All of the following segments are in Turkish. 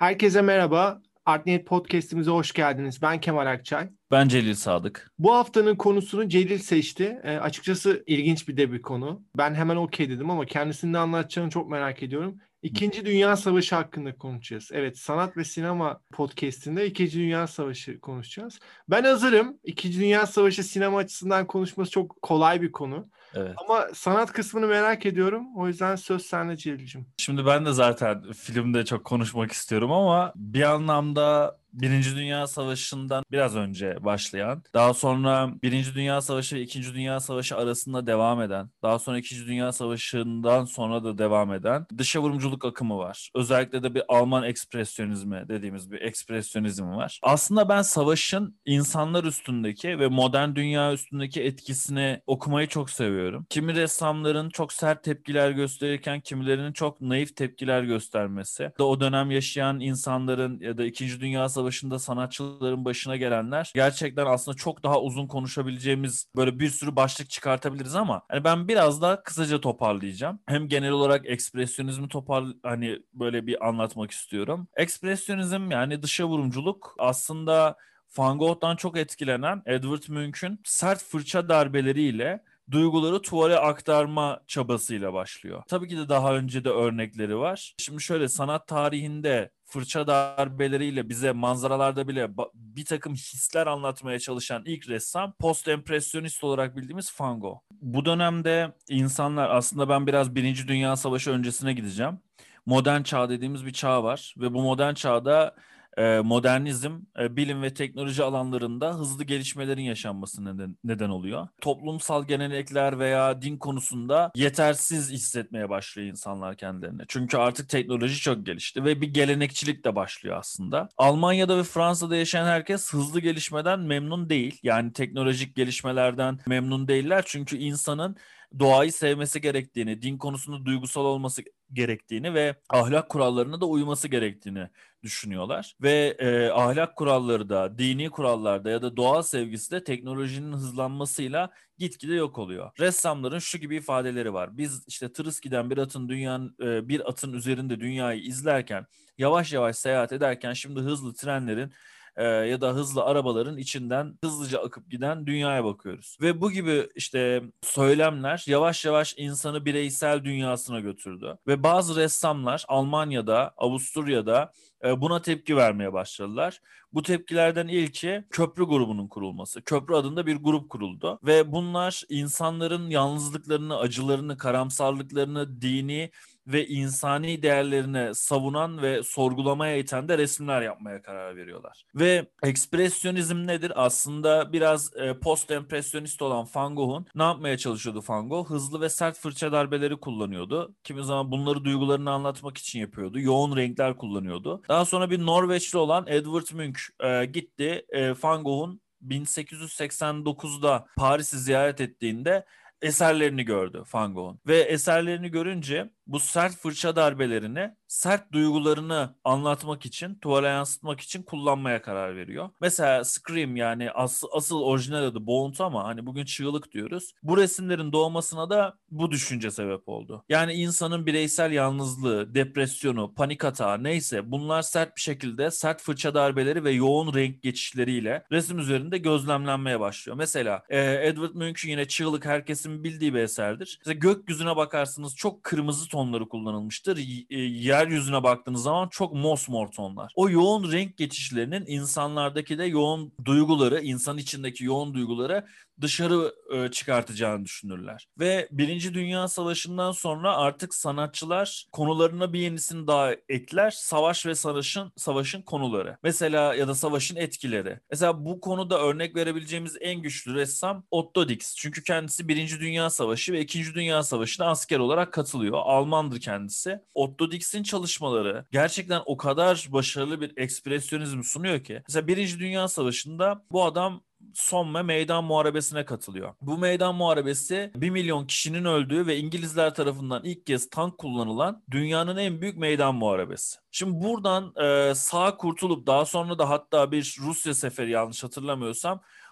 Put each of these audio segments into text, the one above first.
Herkese merhaba. Artnet Podcast'imize hoş geldiniz. Ben Kemal Akçay. Ben Celil Sadık. Bu haftanın konusunu Celil seçti. Açıkçası ilginç bir konu. Ben hemen okey dedim ama kendisinin ne anlatacağını çok merak ediyorum. İkinci Dünya Savaşı hakkında konuşacağız. Evet, sanat ve sinema podcast'inde İkinci Dünya Savaşı konuşacağız. Ben hazırım. İkinci Dünya Savaşı sinema açısından konuşması çok kolay bir konu. Evet. Ama sanat kısmını merak ediyorum. O yüzden söz sende Celil'cim. Şimdi ben de zaten filmde çok konuşmak istiyorum ama bir anlamda Birinci Dünya Savaşı'ndan biraz önce başlayan, daha sonra Birinci Dünya Savaşı ve İkinci Dünya Savaşı arasında devam eden, daha sonra İkinci Dünya Savaşı'ndan sonra da devam eden dışa vurumculuk akımı var. Özellikle de bir Alman ekspresyonizmi dediğimiz bir ekspresyonizm var. Aslında ben savaşın insanlar üstündeki ve modern dünya üstündeki etkisini okumayı çok seviyorum. Kimi ressamların çok sert tepkiler gösterirken kimilerinin çok naif tepkiler göstermesi. O dönem yaşayan insanların ya da İkinci Dünya Savaşı'nda sanatçıların başına gelenler gerçekten aslında çok daha uzun konuşabileceğimiz böyle bir sürü başlık çıkartabiliriz ama hani ben biraz daha kısaca toparlayacağım. Hem genel olarak ekspresyonizmi hani böyle bir anlatmak istiyorum. Ekspresyonizm yani dışa vurumculuk aslında Van Gogh'tan çok etkilenen Edvard Munch'un sert fırça darbeleriyle duyguları tuvale aktarma çabasıyla başlıyor. Tabii ki de daha önce de örnekleri var. Şimdi şöyle sanat tarihinde fırça darbeleriyle bize manzaralarda bile bir takım hisler anlatmaya çalışan ilk ressam post-empresyonist olarak bildiğimiz Van Gogh. Bu dönemde insanlar aslında ben biraz Birinci Dünya Savaşı öncesine gideceğim. Modern çağ dediğimiz bir çağ var ve bu modern çağda modernizm, bilim ve teknoloji alanlarında hızlı gelişmelerin yaşanması neden oluyor. Toplumsal gelenekler veya din konusunda yetersiz hissetmeye başlıyor insanlar kendilerini. Çünkü artık teknoloji çok gelişti ve bir gelenekçilik de başlıyor aslında. Almanya'da ve Fransa'da yaşayan herkes hızlı gelişmeden memnun değil. Yani teknolojik gelişmelerden memnun değiller. Çünkü insanın doğayı sevmesi gerektiğini, din konusunda duygusal olması gerektiğini ve ahlak kurallarına da uyması gerektiğini düşünüyorlar. Ve ahlak kuralları da, dini kurallarda ya da doğa sevgisi de teknolojinin hızlanmasıyla gitgide yok oluyor. Ressamların şu gibi ifadeleri var. Biz işte tırıs giden bir atın üzerinde dünyayı izlerken, yavaş yavaş seyahat ederken şimdi hızlı trenlerin ya da hızlı arabaların içinden hızlıca akıp giden dünyaya bakıyoruz. Ve bu gibi işte söylemler yavaş yavaş insanı bireysel dünyasına götürdü. Ve bazı ressamlar Almanya'da, Avusturya'da buna tepki vermeye başladılar. Bu tepkilerden ilki Köprü grubunun kurulması. Köprü adında bir grup kuruldu ve bunlar insanların yalnızlıklarını, acılarını, karamsarlıklarını, dini ve insani değerlerini savunan ve sorgulamaya iten de resimler yapmaya karar veriyorlar. Ve ekspresyonizm nedir? Aslında biraz post-empresyonist olan Van Gogh'un ne yapmaya çalışıyordu Van Gogh? Hızlı ve sert fırça darbeleri kullanıyordu. Kimi zaman bunları duygularını anlatmak için yapıyordu. Yoğun renkler kullanıyordu. Daha sonra bir Norveçli olan Edvard Munch gitti. Van Gogh'un 1889'da Paris'i ziyaret ettiğinde eserlerini gördü Van Gogh'un. Ve eserlerini görünce bu sert fırça darbelerini sert duygularını anlatmak için, tuvale yansıtmak için kullanmaya karar veriyor. Mesela Scream yani asıl orijinal adı Boğuntu ama hani bugün çığlık diyoruz. Bu resimlerin doğmasına da bu düşünce sebep oldu. Yani insanın bireysel yalnızlığı, depresyonu, panik atağı neyse bunlar sert bir şekilde sert fırça darbeleri ve yoğun renk geçişleriyle resim üzerinde gözlemlenmeye başlıyor. Mesela Edward Munch'un yine Çığlık herkesin bildiği bir eserdir. Mesela gökyüzüne bakarsınız çok kırmızı tonları kullanılmıştır. Yeryüzüne baktığınız zaman çok mosmor tonlar. O yoğun renk geçişlerinin insanlardaki de yoğun duyguları, insan içindeki yoğun duyguları dışarı çıkartacağını düşünürler. Ve Birinci Dünya Savaşı'ndan sonra artık sanatçılar konularına bir yenisini daha ekler. Savaş ve savaşın konuları. Mesela ya da savaşın etkileri. Mesela bu konuda örnek verebileceğimiz en güçlü ressam Otto Dix. Çünkü kendisi Birinci Dünya Savaşı ve İkinci Dünya Savaşı'na asker olarak katılıyor. Almandır kendisi. Otto Dix'in çalışmaları gerçekten o kadar başarılı bir ekspresyonizm sunuyor ki. Mesela Birinci Dünya Savaşı'nda bu adam Somme Meydan Muharebesi'ne katılıyor. Bu meydan muharebesi 1 milyon kişinin öldüğü ve İngilizler tarafından ilk kez tank kullanılan dünyanın en büyük meydan muharebesi. Şimdi buradan sağ kurtulup daha sonra da hatta bir Rusya seferi yanlış hatırlamıyorsam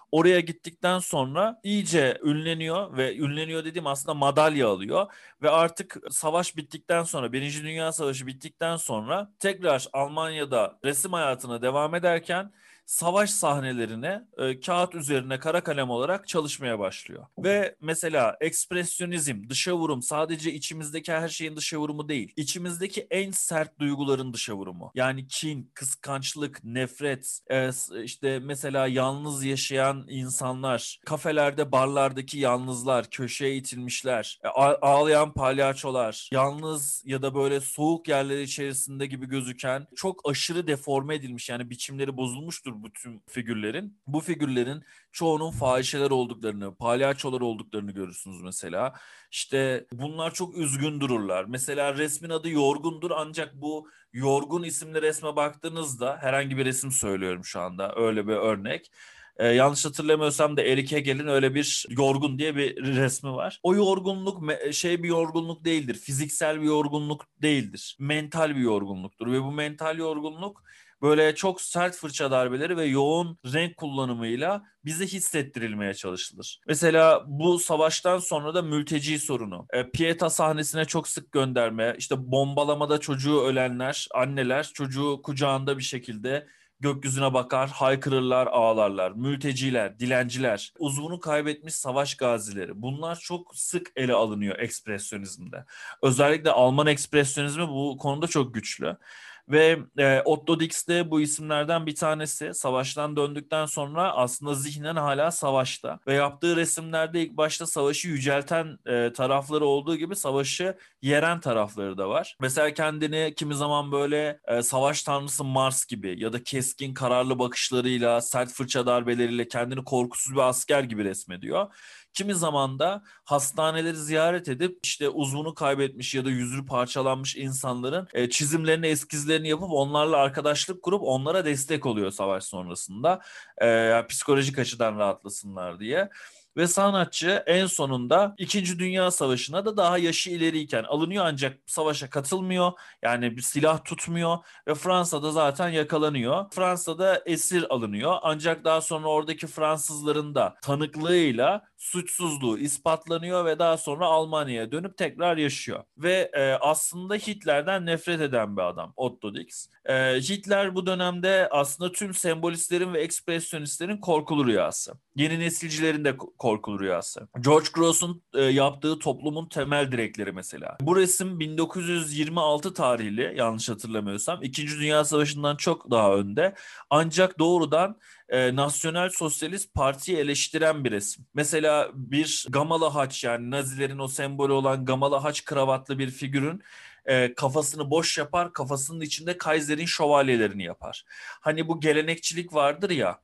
Oraya gittikten sonra iyice ünleniyor ve ünleniyor dediğim aslında madalya alıyor ve artık savaş bittikten sonra, Birinci Dünya Savaşı bittikten sonra tekrar Almanya'da resim hayatına devam ederken savaş sahnelerine kağıt üzerine kara kalem olarak çalışmaya başlıyor. Ve mesela ekspresyonizm, dışa vurum sadece içimizdeki her şeyin dışa vurumu değil. İçimizdeki en sert duyguların dışa vurumu. Yani kin, kıskançlık, nefret, işte mesela yalnız yaşayan insanlar, kafelerde, barlardaki yalnızlar, köşeye itilmişler, ağlayan palyaçolar, yalnız ya da böyle soğuk yerler içerisinde gibi gözüken çok aşırı deforme edilmiş yani biçimleri bozulmuştur bu tüm figürlerin. Bu figürlerin çoğunun fahişeler olduklarını, palyaçolar olduklarını görürsünüz mesela. İşte bunlar çok üzgün dururlar. Mesela resmin adı Yorgundur ancak bu Yorgun isimli resme baktığınızda herhangi bir resim söylüyorum şu anda öyle bir örnek. Yanlış hatırlamıyorsam da Eric Hegel'in öyle bir yorgun diye bir resmi var. O yorgunluk bir yorgunluk değildir. Fiziksel bir yorgunluk değildir. Mental bir yorgunluktur ve bu mental yorgunluk böyle çok sert fırça darbeleri ve yoğun renk kullanımıyla bize hissettirilmeye çalışılır. Mesela bu savaştan sonra da mülteci sorunu. Pieta sahnesine çok sık gönderme, işte bombalamada çocuğu ölenler, anneler çocuğu kucağında bir şekilde gökyüzüne bakar, haykırırlar, ağlarlar. Mülteciler, dilenciler, uzvunu kaybetmiş savaş gazileri. Bunlar çok sık ele alınıyor ekspresyonizmde. Özellikle Alman ekspresyonizmi bu konuda çok güçlü. Ve Otto Dix de bu isimlerden bir tanesi. Savaştan döndükten sonra aslında zihnen hala savaşta. Ve yaptığı resimlerde ilk başta savaşı yücelten tarafları olduğu gibi savaşı yeren tarafları da var. Mesela kendini kimi zaman böyle savaş tanrısı Mars gibi ya da keskin kararlı bakışlarıyla, sert fırça darbeleriyle kendini korkusuz bir asker gibi resmediyor. Kimi zaman da hastaneleri ziyaret edip işte uzvunu kaybetmiş ya da yüzü parçalanmış insanların çizimlerini, eskizlerini yapıp onlarla arkadaşlık kurup onlara destek oluyor savaş sonrasında. Psikolojik açıdan rahatlasınlar diye. Ve sanatçı en sonunda İkinci Dünya Savaşı'na da daha yaşı ileriyken alınıyor ancak savaşa katılmıyor. Yani bir silah tutmuyor ve Fransa'da zaten yakalanıyor. Fransa'da esir alınıyor ancak daha sonra oradaki Fransızların da tanıklığıyla suçsuzluğu ispatlanıyor ve daha sonra Almanya'ya dönüp tekrar yaşıyor. Ve aslında Hitler'den nefret eden bir adam Otto Dix. Hitler bu dönemde aslında tüm sembolistlerin ve ekspresyonistlerin korkulu rüyası. Yeni nesilcilerin de korkulu rüyası. George Gross'un yaptığı Toplumun Temel Direkleri mesela. Bu resim 1926 tarihli yanlış hatırlamıyorsam. İkinci Dünya Savaşı'ndan çok daha önde. Ancak doğrudan Nasyonel Sosyalist Parti'yi eleştiren bir resim. Mesela bir gamalı haç yani Nazilerin o sembolü olan gamalı haç kravatlı bir figürün kafasını boş yapar, kafasının içinde Kaiser'in şövalyelerini yapar. Hani bu gelenekçilik vardır ya,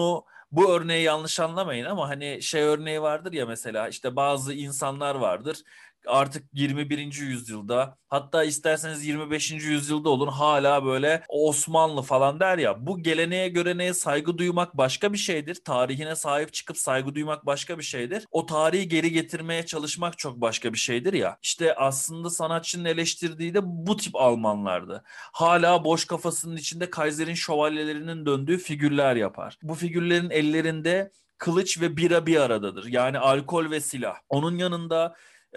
bu örneği yanlış anlamayın ama hani şey örneği vardır ya mesela işte bazı insanlar vardır. Artık 21. yüzyılda hatta isterseniz 25. yüzyılda olun hala böyle Osmanlı falan der ya. Bu geleneğe göreneğe saygı duymak başka bir şeydir. Tarihine sahip çıkıp saygı duymak başka bir şeydir. O tarihi geri getirmeye çalışmak çok başka bir şeydir ya. İşte aslında sanatçının eleştirdiği de bu tip Almanlardı. Hala boş kafasının içinde Kaiser'in şövalyelerinin döndüğü figürler yapar. Bu figürlerin ellerinde kılıç ve bira bir aradadır. Yani alkol ve silah. Onun yanında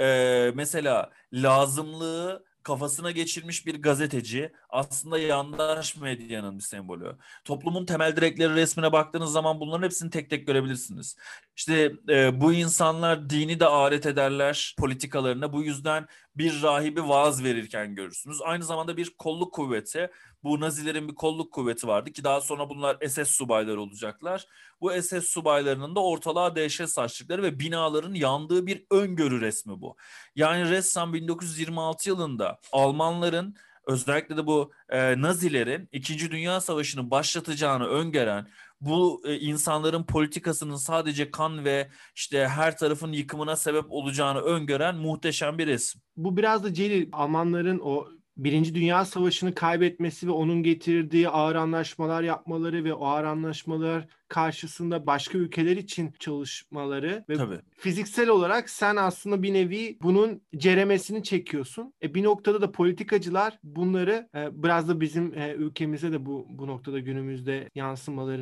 mesela lazımlığı kafasına geçirmiş bir gazeteci aslında yandaş medyanın bir sembolü. Toplumun temel direkleri resmine baktığınız zaman bunların hepsini tek tek görebilirsiniz. İşte bu insanlar dini de alet ederler politikalarına. Bu yüzden bir rahibi vaaz verirken görürsünüz. Aynı zamanda bir kolluk kuvveti. Bu Nazilerin bir kolluk kuvveti vardı ki daha sonra bunlar SS subayları olacaklar. Bu SS subaylarının da ortalığa dehşet saçtıkları ve binaların yandığı bir öngörü resmi bu. Yani ressam 1926 yılında Almanların özellikle de bu Nazilerin İkinci Dünya Savaşı'nı başlatacağını öngören bu insanların politikasının sadece kan ve işte her tarafın yıkımına sebep olacağını öngören muhteşem bir resim. Bu biraz da Celil, Almanların o Birinci Dünya Savaşı'nı kaybetmesi ve onun getirdiği ağır anlaşmalar yapmaları ve o ağır anlaşmalar karşısında başka ülkeler için çalışmaları ve Tabii. fiziksel olarak sen aslında bir nevi bunun ceremesini çekiyorsun. Bir noktada da politikacılar bunları biraz da bizim ülkemize de bu noktada günümüzde yansımalarını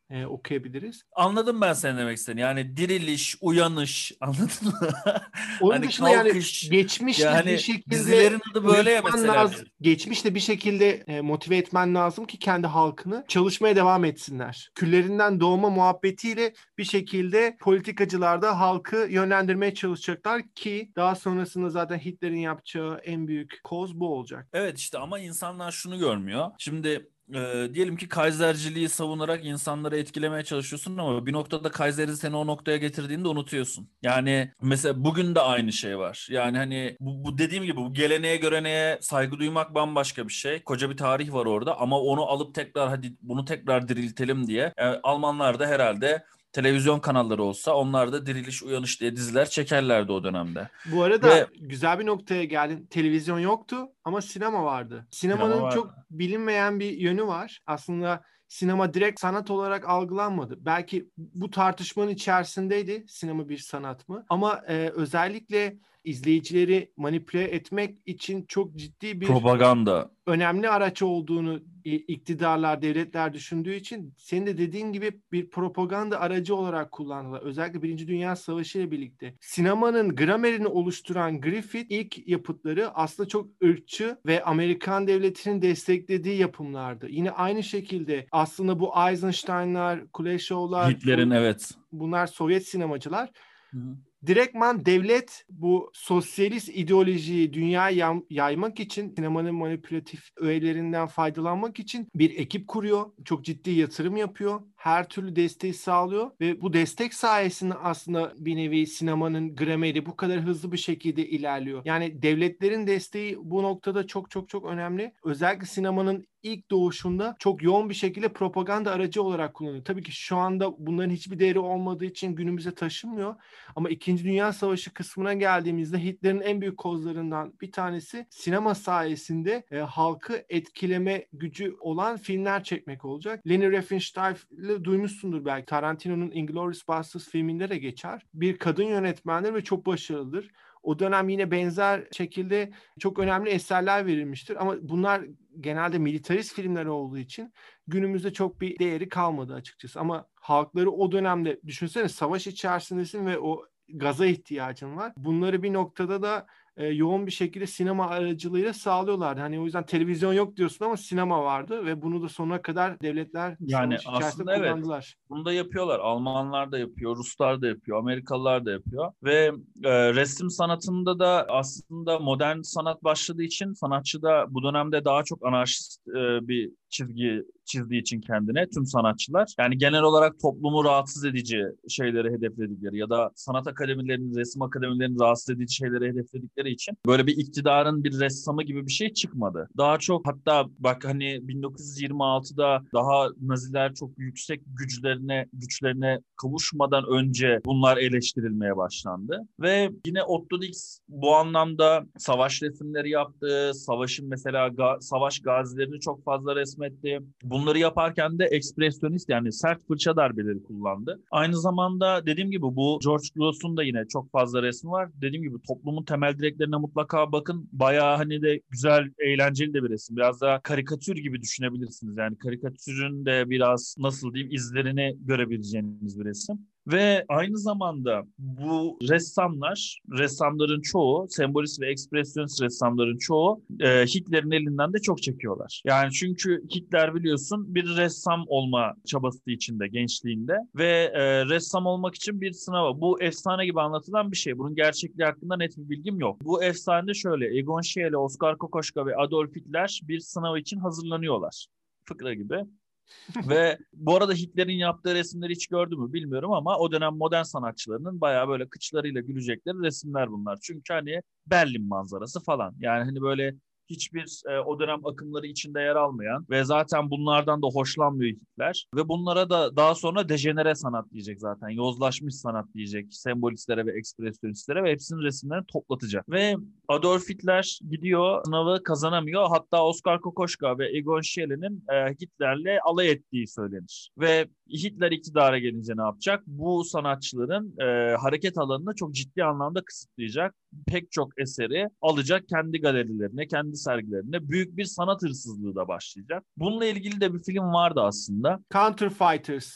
okuyabiliriz. Anladım ben senin demek istediğini. Yani diriliş, uyanış, anladın mı? Onun Hani dışında yani kalkış. geçmişle bir Yani şekilde dizilerin adı böyle ya uyutman mesela. lazım. Geçmişle bir şekilde motive etmen lazım ki kendi halkını çalışmaya devam etsinler. Küllerinden doğma muhabbetiyle bir şekilde politikacılar da halkı yönlendirmeye çalışacaklar ki daha sonrasında zaten Hitler'in yapacağı en büyük koz bu olacak. Evet işte ama insanlar şunu görmüyor. Şimdi diyelim ki Kaiserciliği savunarak insanları etkilemeye çalışıyorsun ama bir noktada Kaiser'i seni o noktaya getirdiğinde unutuyorsun. Yani mesela bugün de aynı şey var. Yani hani bu dediğim gibi bu geleneğe göreneğe saygı duymak bambaşka bir şey. Koca bir tarih var orada ama onu alıp tekrar hadi bunu tekrar diriltelim diye. Almanlar da herhalde televizyon kanalları olsa onlar da Diriliş Uyanış diye diziler çekerlerdi o dönemde. Bu arada Ve güzel bir noktaya geldin. Televizyon yoktu ama sinema vardı. sinema Sinemanın çok vardı. bilinmeyen bir yönü var. Aslında sinema direkt sanat olarak algılanmadı. Belki bu tartışmanın içerisindeydi sinema bir sanat mı? Ama özellikle izleyicileri manipüle etmek için çok ciddi bir Propaganda. önemli araç olduğunu iktidarlar, devletler düşündüğü için senin de dediğin gibi bir propaganda aracı olarak kullandılar. Özellikle Birinci Dünya Savaşı ile birlikte. Sinemanın gramerini oluşturan Griffith ilk yapıtları aslında çok ırkçı ve Amerikan devletinin desteklediği yapımlardı. Yine aynı şekilde aslında bu Eisenstein'lar, Kuleshov'lar, Hitler'in evet. bunlar Sovyet sinemacılar. Hı hı. Direktman devlet bu sosyalist ideolojiyi dünyaya yaymak için sinemanın manipülatif öğelerinden faydalanmak için bir ekip kuruyor. Çok ciddi yatırım yapıyor. Her türlü desteği sağlıyor ve bu destek sayesinde aslında bir nevi sinemanın grameri bu kadar hızlı bir şekilde ilerliyor. Yani devletlerin desteği bu noktada çok çok çok önemli. Özellikle sinemanın ilk doğuşunda çok yoğun bir şekilde propaganda aracı olarak kullanılıyor. Tabii ki şu anda bunların hiçbir değeri olmadığı için günümüze taşınmıyor. Ama İkinci Dünya Savaşı kısmına geldiğimizde Hitler'in en büyük kozlarından bir tanesi sinema sayesinde halkı etkileme gücü olan filmler çekmek olacak. Leni Riefenstahl'ı duymuşsundur belki. Tarantino'nun Inglourious Basterds filminde de geçer. Bir kadın yönetmendir ve çok başarılıdır. O dönem yine benzer şekilde çok önemli eserler verilmiştir. Ama bunlar genelde militarist filmler olduğu için günümüzde çok bir değeri kalmadı açıkçası. Ama halkları o dönemde düşünsene savaş içerisindesin ve o gaza ihtiyacın var. Bunları bir noktada da yoğun bir şekilde sinema aracılığıyla sağlıyorlardı. Hani o yüzden televizyon yok diyorsun ama sinema vardı ve bunu da sonuna kadar devletler Yani savaş içerisinde aslında evet. kullandılar. Bunu da yapıyorlar. Almanlar da yapıyor, Ruslar da yapıyor, Amerikalılar da yapıyor. Ve resim sanatında da aslında modern sanat başladığı için sanatçı da bu dönemde daha çok anarşist bir çizgi çizdiği için kendine tüm sanatçılar. Yani genel olarak toplumu rahatsız edici şeyleri hedefledikleri ya da sanat akademilerinin, resim akademilerinin rahatsız edici şeyleri hedefledikleri için böyle bir iktidarın bir ressamı gibi bir şey çıkmadı. Daha çok hatta bak hani 1926'da daha Naziler çok yüksek güçlerine kavuşmadan önce bunlar eleştirilmeye başlandı. Ve yine Otto Dix bu anlamda savaş resimleri yaptı. Savaşın mesela savaş gazilerini çok fazla resmetti. Bunları yaparken de ekspresyonist yani sert fırça darbeleri kullandı. Aynı zamanda dediğim gibi bu George Gross'un da yine çok fazla resmi var. Dediğim gibi toplumun temel direklerine mutlaka bakın. Bayağı hani de güzel, eğlenceli de bir resim. Biraz daha karikatür gibi düşünebilirsiniz. Yani karikatürün de biraz nasıl diyeyim izlerini görebileceğiniz bir resim. Ve aynı zamanda bu ressamların çoğu, sembolist ve ekspresyonist ressamların çoğu Hitler'in elinden de çok çekiyorlar. Yani çünkü Hitler biliyorsun bir ressam olma çabası içinde gençliğinde ve ressam olmak için bir sınava. Bu efsane gibi anlatılan bir şey. Bunun gerçekliği hakkında net bir bilgim yok. Bu efsane şöyle, Egon Schiele, Oskar Kokoschka ve Adolf Hitler bir sınav için hazırlanıyorlar. Fıkra gibi. Ve bu arada Hitler'in yaptığı resimleri hiç gördün mü bilmiyorum ama o dönem modern sanatçılarının bayağı böyle kıçlarıyla gülecekleri resimler bunlar. Çünkü hani Berlin manzarası falan. Yani hani böyle hiçbir o dönem akımları içinde yer almayan ve zaten bunlardan da hoşlanmıyor Hitler. Ve bunlara da daha sonra dejenere sanat diyecek zaten. Yozlaşmış sanat diyecek sembolistlere ve ekspresyonistlere ve hepsinin resimlerini toplatacak. Ve Adolf Hitler gidiyor, sınavı kazanamıyor. Hatta Oskar Kokoschka ve Egon Schiene'nin Hitler'le alay ettiği söylenir. Ve Hitler iktidara gelince ne yapacak? Bu sanatçıların hareket alanını çok ciddi anlamda kısıtlayacak. Pek çok eseri alacak kendi galerilerine, kendi sergilerine. Büyük bir sanat hırsızlığı da başlayacak. Bununla ilgili de bir film vardı aslında. Counterfighters.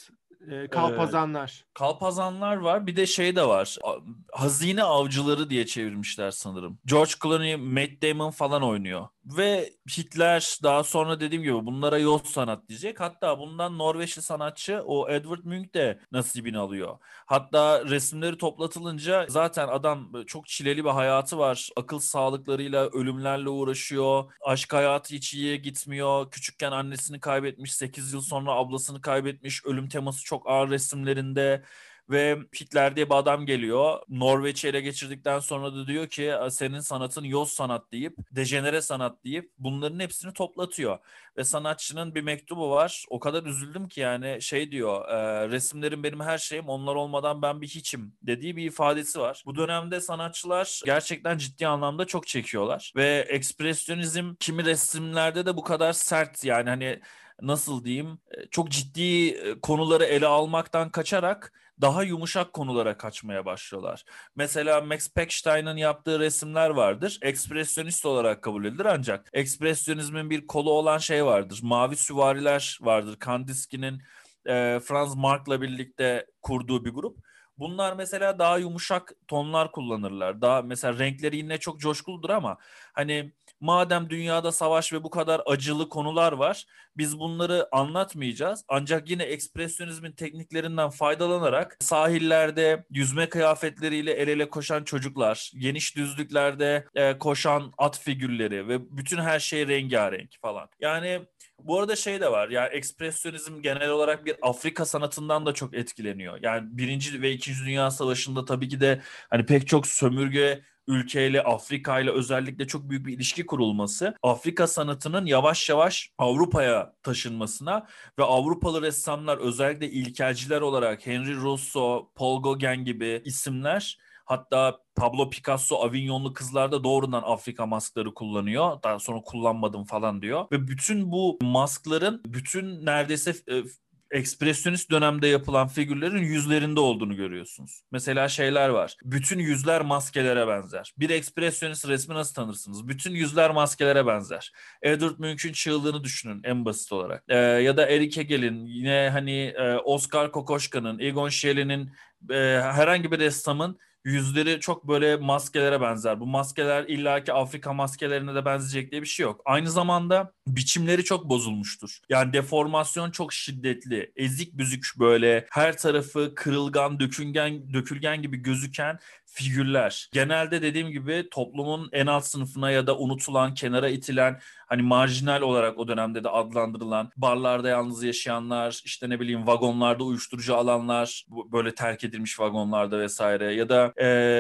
Ee, Kalpazanlar. Kalpazanlar var. Bir de şey de var. Hazine avcıları diye çevirmişler sanırım. George Clooney, Matt Damon falan oynuyor. Ve Hitler daha sonra dediğim gibi bunlara yol sanat diyecek. Hatta bundan Norveçli sanatçı o Edvard Munch de nasibini alıyor. Hatta resimleri toplatılınca zaten adam çok çileli bir hayatı var. Akıl sağlıklarıyla, ölümlerle uğraşıyor. Aşk hayatı hiç iyiye gitmiyor. Küçükken annesini kaybetmiş. 8 yıl sonra ablasını kaybetmiş. Ölüm teması çok ağır resimlerinde. Ve Hitler diye bir adam geliyor. Norveç'i ele geçirdikten sonra da diyor ki senin sanatın yoz sanat deyip, dejenere sanat deyip bunların hepsini toplatıyor. Ve sanatçının bir mektubu var. O kadar üzüldüm ki yani şey diyor, resimlerim benim her şeyim, onlar olmadan ben bir hiçim dediği bir ifadesi var. Bu dönemde sanatçılar gerçekten ciddi anlamda çok çekiyorlar. Ve ekspresyonizm kimi resimlerde de bu kadar sert, yani hani nasıl diyeyim, çok ciddi konuları ele almaktan kaçarak daha yumuşak konulara kaçmaya başlıyorlar. Mesela Max Pechstein'ın yaptığı resimler vardır. Ekspresyonist olarak kabul edilir ancak ekspresyonizmin bir kolu olan şey vardır. Mavi Süvariler vardır. Kandinsky'nin Franz Marc'la birlikte kurduğu bir grup. Bunlar mesela daha yumuşak tonlar kullanırlar. Daha mesela renkleri yine çok coşkuludur ama hani madem dünyada savaş ve bu kadar acılı konular var, biz bunları anlatmayacağız. Ancak yine ekspresyonizmin tekniklerinden faydalanarak sahillerde yüzme kıyafetleriyle el ele koşan çocuklar, geniş düzlüklerde koşan at figürleri ve bütün her şey rengarenk falan. Yani bu arada şey de var. Yani ekspresyonizm genel olarak bir Afrika sanatından da çok etkileniyor. Yani Birinci ve İkinci Dünya Savaşı'nda tabii ki de hani pek çok sömürge ülkeyle, Afrika ile özellikle çok büyük bir ilişki kurulması, Afrika sanatının yavaş yavaş Avrupa'ya taşınmasına ve Avrupalı ressamlar, özellikle ilkelciler olarak Henri Rousseau, Paul Gauguin gibi isimler, hatta Pablo Picasso Avignonlu Kızlar'da doğrudan Afrika maskları kullanıyor. Daha sonra kullanmadım falan diyor. Ve bütün bu maskların bütün neredeyse ekspresyonist dönemde yapılan figürlerin yüzlerinde olduğunu görüyorsunuz. Mesela şeyler var. Bütün yüzler maskelere benzer. Bir ekspresyonist resmi nasıl tanırsınız? Bütün yüzler maskelere benzer. Edward Munch'un çığlığını düşünün en basit olarak. Ya da Eric Hegel'in, yine hani Oskar Kokoschka'nın, Egon Schiene'nin, herhangi bir ressamın yüzleri çok böyle maskelere benzer. Bu maskeler illaki Afrika maskelerine de benzeyecek diye bir şey yok. Aynı zamanda biçimleri çok bozulmuştur. Yani deformasyon çok şiddetli. Ezik büzük, böyle her tarafı kırılgan, dökülgen gibi gözüken figürler. Genelde dediğim gibi toplumun en alt sınıfına ya da unutulan, kenara itilen, hani marjinal olarak o dönemde de adlandırılan, barlarda yalnız yaşayanlar, işte ne bileyim vagonlarda uyuşturucu alanlar, böyle terk edilmiş vagonlarda vesaire, ya da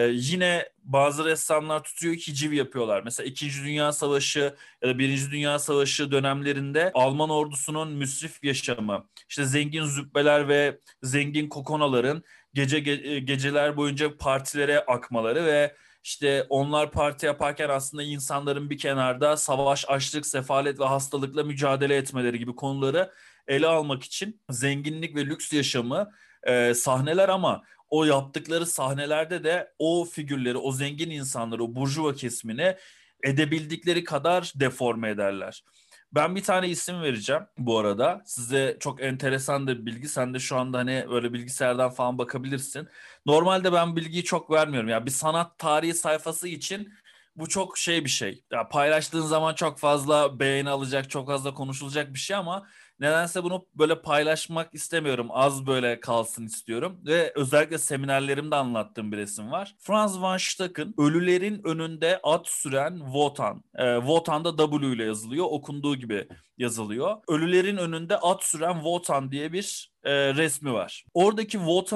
yine bazı ressamlar tutuyor hiciv yapıyorlar. Mesela İkinci Dünya Savaşı ya da Birinci Dünya Savaşı dönemlerinde Alman ordusunun müsrif yaşamı, işte zengin züppeler ve zengin kokonaların geceler boyunca partilere akmaları ve işte onlar parti yaparken aslında insanların bir kenarda savaş, açlık, sefalet ve hastalıkla mücadele etmeleri gibi konuları ele almak için zenginlik ve lüks yaşamı sahneler, ama o yaptıkları sahnelerde de o figürleri, o zengin insanları, o burjuva kesimini edebildikleri kadar deforme ederler. Ben bir tane isim vereceğim bu arada. Size çok enteresan da bir bilgi. Sen de şu anda hani böyle bilgisayardan falan bakabilirsin. Normalde ben bilgiyi çok vermiyorum. Yani bir sanat tarihi sayfası için bu çok şey bir şey. Ya paylaştığın zaman çok fazla beğeni alacak, çok fazla konuşulacak bir şey ama nedense bunu böyle paylaşmak istemiyorum. Az böyle kalsın istiyorum. Ve özellikle seminerlerimde anlattığım bir resim var. Franz van Stackel'ın Ölülerin Önünde At Süren Wotan. Wotan da W ile yazılıyor. Okunduğu gibi yazılıyor. Ölülerin Önünde At Süren Wotan diye bir resmi var. Oradaki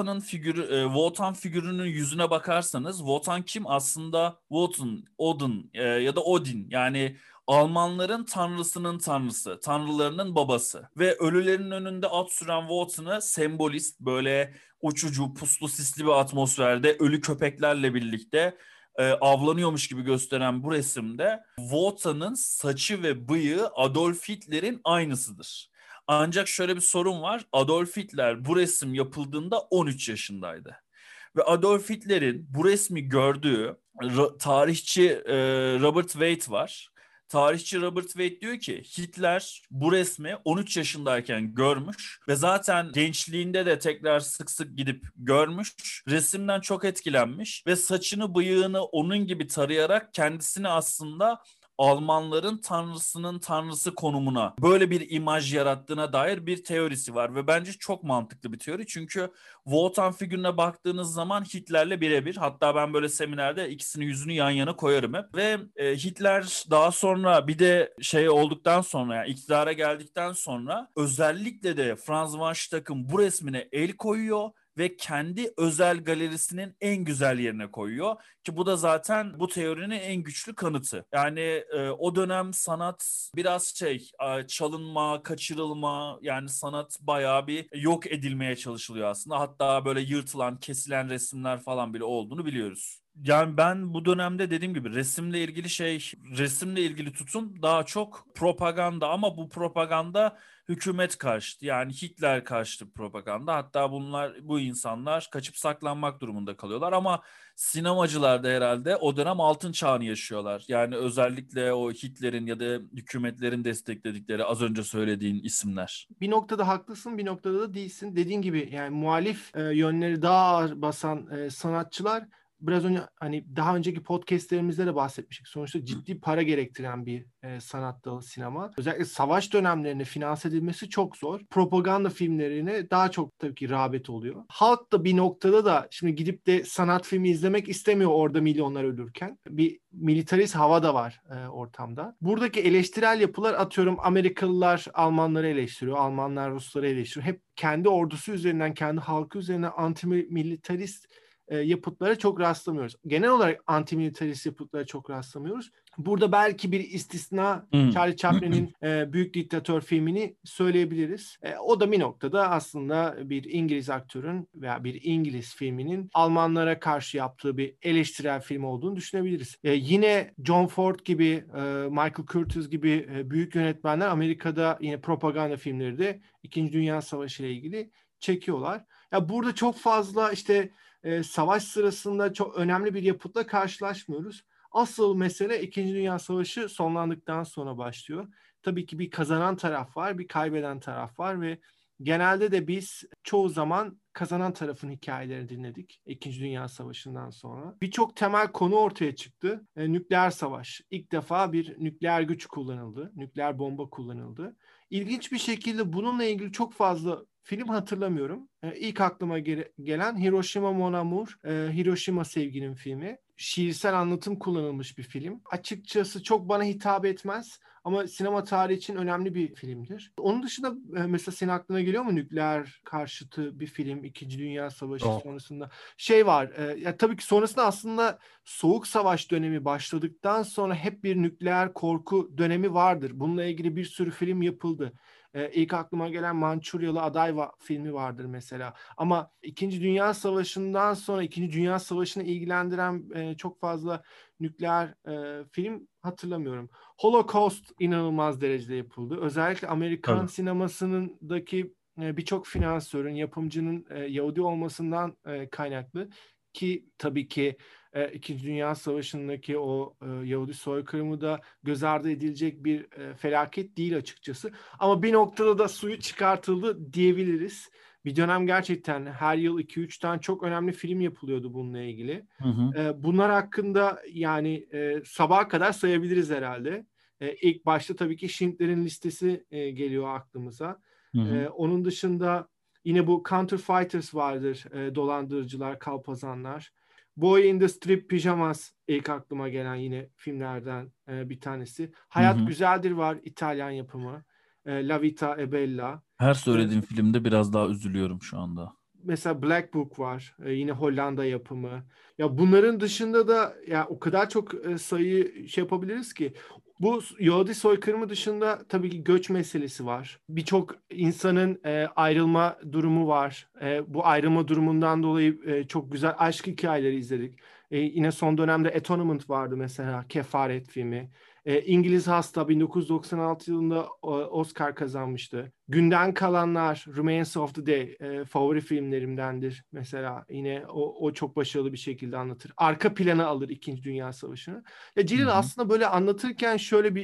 Wotan figürünün yüzüne bakarsanız, Wotan kim? Aslında Wotan, Odin ya da Odin, yani Almanların tanrısının tanrısı, tanrılarının babası. Ve ölülerin önünde at süren Wotan'ı sembolist, böyle uçucu, puslu, sisli bir atmosferde ölü köpeklerle birlikte avlanıyormuş gibi gösteren bu resimde Wotan'ın saçı ve bıyığı Adolf Hitler'in aynısıdır. Ancak şöyle bir sorun var. Adolf Hitler bu resim yapıldığında 13 yaşındaydı. Ve Adolf Hitler'in bu resmi gördüğü tarihçi Robert Wade var. tarihçi Robert Wade diyor ki Hitler bu resmi 13 yaşındayken görmüş ve zaten gençliğinde de tekrar sık sık gidip görmüş. Resimden çok etkilenmiş ve saçını bıyığını onun gibi tarayarak kendisini aslında Almanların tanrısının tanrısı konumuna böyle bir imaj yarattığına dair bir teorisi var ve bence çok mantıklı bir teori. Çünkü Wotan figürüne baktığınız zaman Hitler'le birebir. Hatta ben böyle seminerde ikisinin yüzünü yan yana koyarım hep. Ve Hitler daha sonra bir de şey olduktan sonra yani iktidara geldikten sonra özellikle de Franz von Stach'ın bu resmine el koyuyor ve kendi özel galerisinin en güzel yerine koyuyor ki bu da zaten bu teorinin en güçlü kanıtı. Yani o dönem sanat biraz çalınma, kaçırılma, yani sanat bayağı bir yok edilmeye çalışılıyor aslında. Hatta böyle yırtılan, kesilen resimler falan bile olduğunu biliyoruz. Yani ben bu dönemde dediğim gibi resimle ilgili tutum daha çok propaganda ama bu propaganda hükümet karşıtı, yani Hitler karşıtı propaganda. Hatta bu insanlar kaçıp saklanmak durumunda kalıyorlar ama sinemacılar da herhalde o dönem altın çağını yaşıyorlar. Yani özellikle o Hitler'in ya da hükümetlerin destekledikleri az önce söylediğin isimler. Bir noktada haklısın, bir noktada da değilsin. Dediğin gibi yani muhalif yönleri daha ağır basan sanatçılar, biraz önce hani daha önceki podcastlerimizde de bahsetmiştik. Sonuçta ciddi para gerektiren bir sanat dalı sinema. Özellikle savaş dönemlerinde finanse edilmesi çok zor. Propaganda filmlerine daha çok tabii ki rağbet oluyor. Halk da bir noktada da şimdi gidip de sanat filmi izlemek istemiyor orada milyonlar ölürken. Bir militarist hava da var ortamda. Buradaki eleştirel yapılar, atıyorum Amerikalılar Almanları eleştiriyor, Almanlar Rusları eleştiriyor. Hep kendi ordusu üzerinden, kendi halkı üzerinden anti-militarist yapıtlara çok rastlamıyoruz. Genel olarak anti-militarist yapıtlara çok rastlamıyoruz. Burada belki bir istisna Charlie Chaplin'in Büyük Diktatör filmini söyleyebiliriz. O da bir noktada aslında bir İngiliz aktörün veya bir İngiliz filminin Almanlara karşı yaptığı bir eleştirel film olduğunu düşünebiliriz. Yine John Ford gibi, Michael Curtiz gibi büyük yönetmenler Amerika'da yine propaganda filmleri de İkinci Dünya Savaşı ile ilgili çekiyorlar. Ya burada çok fazla işte savaş sırasında çok önemli bir yapıtla karşılaşmıyoruz. Asıl mesele İkinci Dünya Savaşı sonlandıktan sonra başlıyor. Tabii ki bir kazanan taraf var, bir kaybeden taraf var ve genelde de biz çoğu zaman kazanan tarafın hikayelerini dinledik İkinci Dünya Savaşı'ndan sonra. Birçok temel konu ortaya çıktı. Nükleer savaş. İlk defa bir nükleer güç kullanıldı. Nükleer bomba kullanıldı. İlginç bir şekilde bununla ilgili çok fazla film hatırlamıyorum. İlk aklıma gelen Hiroshima Mon Amour, Hiroşima Sevginin filmi. Şiirsel anlatım kullanılmış bir film. Açıkçası çok bana hitap etmez ama sinema tarihi için önemli bir filmdir. Onun dışında mesela senin aklına geliyor mu nükleer karşıtı bir film İkinci Dünya Savaşı Yok. sonrasında? Şey var, ya tabii ki sonrasında aslında Soğuk Savaş dönemi başladıktan sonra hep bir nükleer korku dönemi vardır. Bununla ilgili bir sürü film yapıldı. İlk aklıma gelen Mançuryalı Aday filmi vardır mesela. Ama İkinci Dünya Savaşı'ndan sonra İkinci Dünya Savaşı'nı ilgilendiren çok fazla nükleer film hatırlamıyorum. Holocaust inanılmaz derecede yapıldı. Özellikle Amerikan Tabii. sinemasındaki birçok finansörün, yapımcının Yahudi olmasından kaynaklı ki tabii ki İkinci Dünya Savaşı'ndaki o Yahudi soykırımı da göz ardı edilecek bir felaket değil açıkçası. Ama bir noktada da suyu çıkartıldı diyebiliriz. Bir dönem gerçekten her yıl 2-3 tane çok önemli film yapılıyordu bununla ilgili. Hı hı. Bunlar hakkında yani sabaha kadar sayabiliriz herhalde. İlk başta tabii ki Schindler'in Listesi geliyor aklımıza. Hı hı. Onun dışında yine bu Counterfeiters vardır. Dolandırıcılar, kalpazanlar. Boy in the Strip Pyjamas ilk aklıma gelen yine filmlerden bir tanesi. Hı Hayat hı. Güzeldir var, İtalyan yapımı. La Vita è Bella. Her E, söylediğim filmde biraz daha üzülüyorum şu anda. Mesela Black Book var. Yine Hollanda yapımı. Ya bunların dışında da ya o kadar çok sayı şey yapabiliriz ki. Bu Yahudi soykırımı dışında tabii ki göç meselesi var. Birçok insanın ayrılma durumu var. Bu ayrılma durumundan dolayı çok güzel aşk hikayeleri izledik. Yine son dönemde Atonement vardı mesela. Kefaret filmi. İngiliz Hasta 1996 yılında Oscar kazanmıştı. Günden Kalanlar, Remains of the Day favori filmlerimdendir. Mesela yine o çok başarılı bir şekilde anlatır. Arka plana alır İkinci Dünya Savaşı'nı. Ya Hı Celil hı. aslında böyle anlatırken şöyle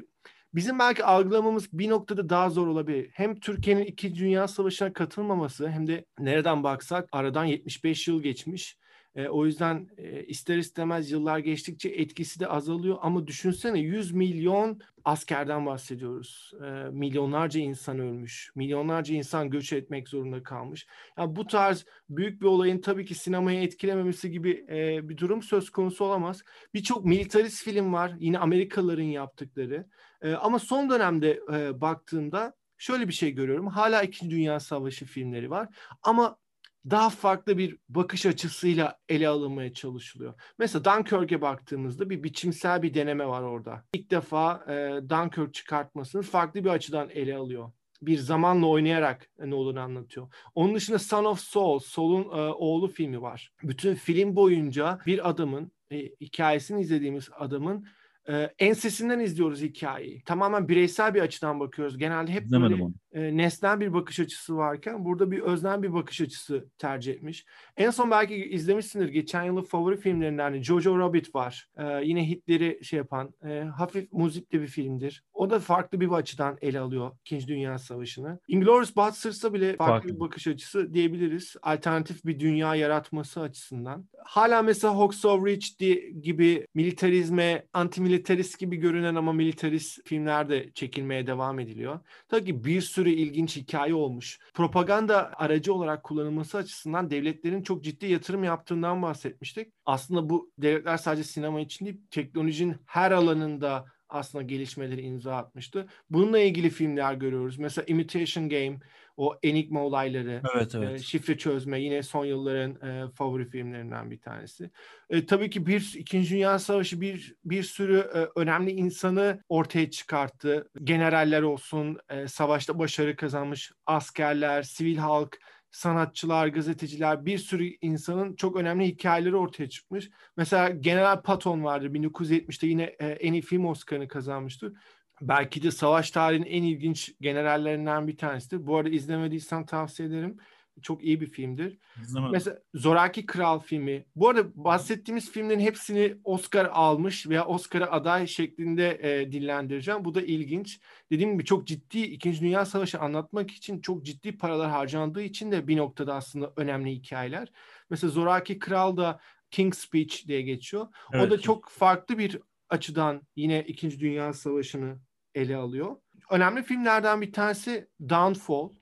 bizim belki algılamamız bir noktada daha zor olabilir. Hem Türkiye'nin İkinci Dünya Savaşı'na katılmaması hem de nereden baksak aradan 75 yıl geçmiş. O yüzden ister istemez yıllar geçtikçe etkisi de azalıyor. Ama düşünsene 100 milyon askerden bahsediyoruz. Milyonlarca insan ölmüş. Milyonlarca insan göç etmek zorunda kalmış. Yani bu tarz büyük bir olayın tabii ki sinemayı etkilememesi gibi bir durum söz konusu olamaz. Birçok militarist film var. Yine Amerikalıların yaptıkları. Ama son dönemde baktığımda şöyle bir şey görüyorum. Hala İkinci Dünya Savaşı filmleri var. Ama daha farklı bir bakış açısıyla ele alınmaya çalışılıyor. Mesela Dunkirk'e baktığımızda bir biçimsel bir deneme var orada. İlk defa Dunkirk çıkartmasını farklı bir açıdan ele alıyor. Bir zamanla oynayarak ne olduğunu anlatıyor. Onun dışında Son of Saul, Saul'un oğlu filmi var. Bütün film boyunca bir adamın, hikayesini izlediğimiz adamın ensesinden izliyoruz hikayeyi. Tamamen bireysel bir açıdan bakıyoruz. Genelde hep İzlemedim böyle onu. nesnel bir bakış açısı varken burada bir öznel bir bakış açısı tercih etmiş. En son belki izlemişsindir. Geçen yılın favori filmlerinden hani Jojo Rabbit var. Yine Hitler'i şey yapan hafif muzipli bir filmdir. O da farklı bir açıdan ele alıyor İkinci Dünya Savaşı'nı. Inglourious Basterds'a bile farklı Farklı. bir bakış açısı diyebiliriz. Alternatif bir dünya yaratması açısından. Hala mesela Hawks of Reach gibi militarizme, antimilitarist gibi görünen ama militarist filmler de çekilmeye devam ediliyor. Tabii ki bir sürü ilginç hikaye olmuş. Propaganda aracı olarak kullanılması açısından devletlerin çok ciddi yatırım yaptığından bahsetmiştik. Aslında bu devletler sadece sinema için değil, teknolojinin her alanında aslında gelişmeleri imza atmıştı. Bununla ilgili filmler görüyoruz. Mesela Imitation Game, o Enigma olayları, Evet, evet. şifre çözme yine son yılların favori filmlerinden bir tanesi. Tabii ki İkinci Dünya Savaşı bir sürü önemli insanı ortaya çıkarttı. Generaller olsun, savaşta başarı kazanmış askerler, sivil halk, sanatçılar, gazeteciler, bir sürü insanın çok önemli hikayeleri ortaya çıkmış. Mesela General Patton vardı 1970'te yine en iyi film Oscar'ını kazanmıştı. Belki de savaş tarihinin en ilginç generallerinden bir tanesidir. Bu arada izlemediysen tavsiye ederim. Çok iyi bir filmdir. İzlemedim. Mesela Zoraki Kral filmi. Bu arada bahsettiğimiz filmlerin hepsini Oscar almış veya Oscar'a aday şeklinde dillendireceğim. Bu da ilginç. Dediğim gibi çok ciddi İkinci Dünya Savaşı anlatmak için çok ciddi paralar harcandığı için de bir noktada aslında önemli hikayeler. Mesela Zoraki Kral da King's Speech diye geçiyor. O Evet. da çok farklı bir açıdan yine İkinci Dünya Savaşı'nı ele alıyor. Önemli filmlerden bir tanesi Downfall.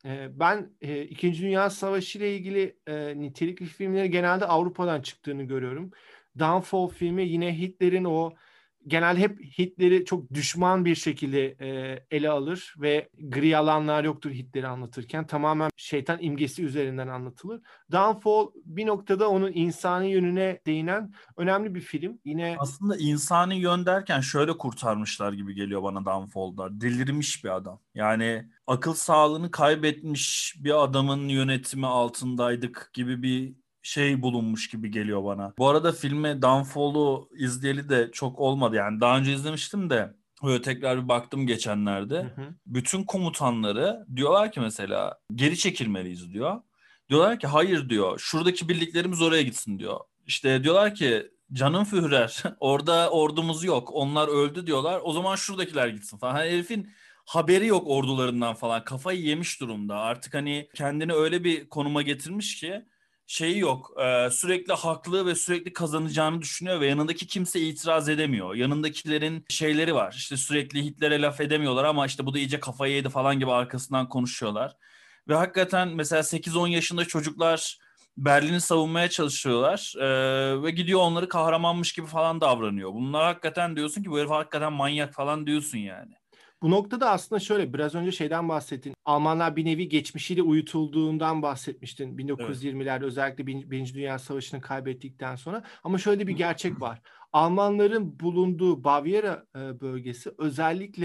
Ben İkinci Dünya Savaşı ile ilgili nitelikli filmleri genelde Avrupa'dan çıktığını görüyorum. Downfall filmi yine Hitler'in o genelde hep Hitler'i çok düşman bir şekilde ele alır ve gri alanlar yoktur Hitler'i anlatırken. Tamamen şeytan imgesi üzerinden anlatılır. Downfall bir noktada onun insani yönüne değinen önemli bir film. Yine Aslında insani yön derken şöyle kurtarmışlar gibi geliyor bana Downfall'da. Delirmiş bir adam. Yani akıl sağlığını kaybetmiş bir adamın yönetimi altındaydık gibi bir şey bulunmuş gibi geliyor bana. Bu arada filme Downfall'u izleyeli de çok olmadı. Yani daha önce izlemiştim de böyle tekrar bir baktım hı geçenlerde. hı. Bütün komutanları diyorlar ki mesela geri çekilmeliyiz diyor. Diyorlar ki hayır diyor. Şuradaki birliklerimiz oraya gitsin diyor. İşte diyorlar ki canım Führer orada ordumuz yok. Onlar öldü diyorlar. O zaman şuradakiler gitsin falan. Hani herifin haberi yok ordularından falan. Kafayı yemiş durumda. Artık hani kendini öyle bir konuma getirmiş ki şeyi yok. Sürekli haklı ve sürekli kazanacağını düşünüyor ve yanındaki kimse itiraz edemiyor. Yanındakilerin şeyleri var. İşte sürekli Hitler'e laf edemiyorlar ama işte bu da iyice kafayı yedi falan gibi arkasından konuşuyorlar. Ve hakikaten mesela 8-10 yaşında çocuklar Berlin'i savunmaya çalışıyorlar ve gidiyor onları kahramanmış gibi falan davranıyor. Bunlar hakikaten diyorsun ki bu herif hakikaten manyak falan diyorsun yani. Bu noktada aslında şöyle biraz önce şeyden bahsettin. Almanlar bir nevi geçmişiyle uyutulduğundan bahsetmiştin. Evet. 1920'lerde özellikle Birinci Dünya Savaşı'nı kaybettikten sonra. Ama şöyle bir gerçek var. Almanların bulunduğu Bavyera bölgesi özellikle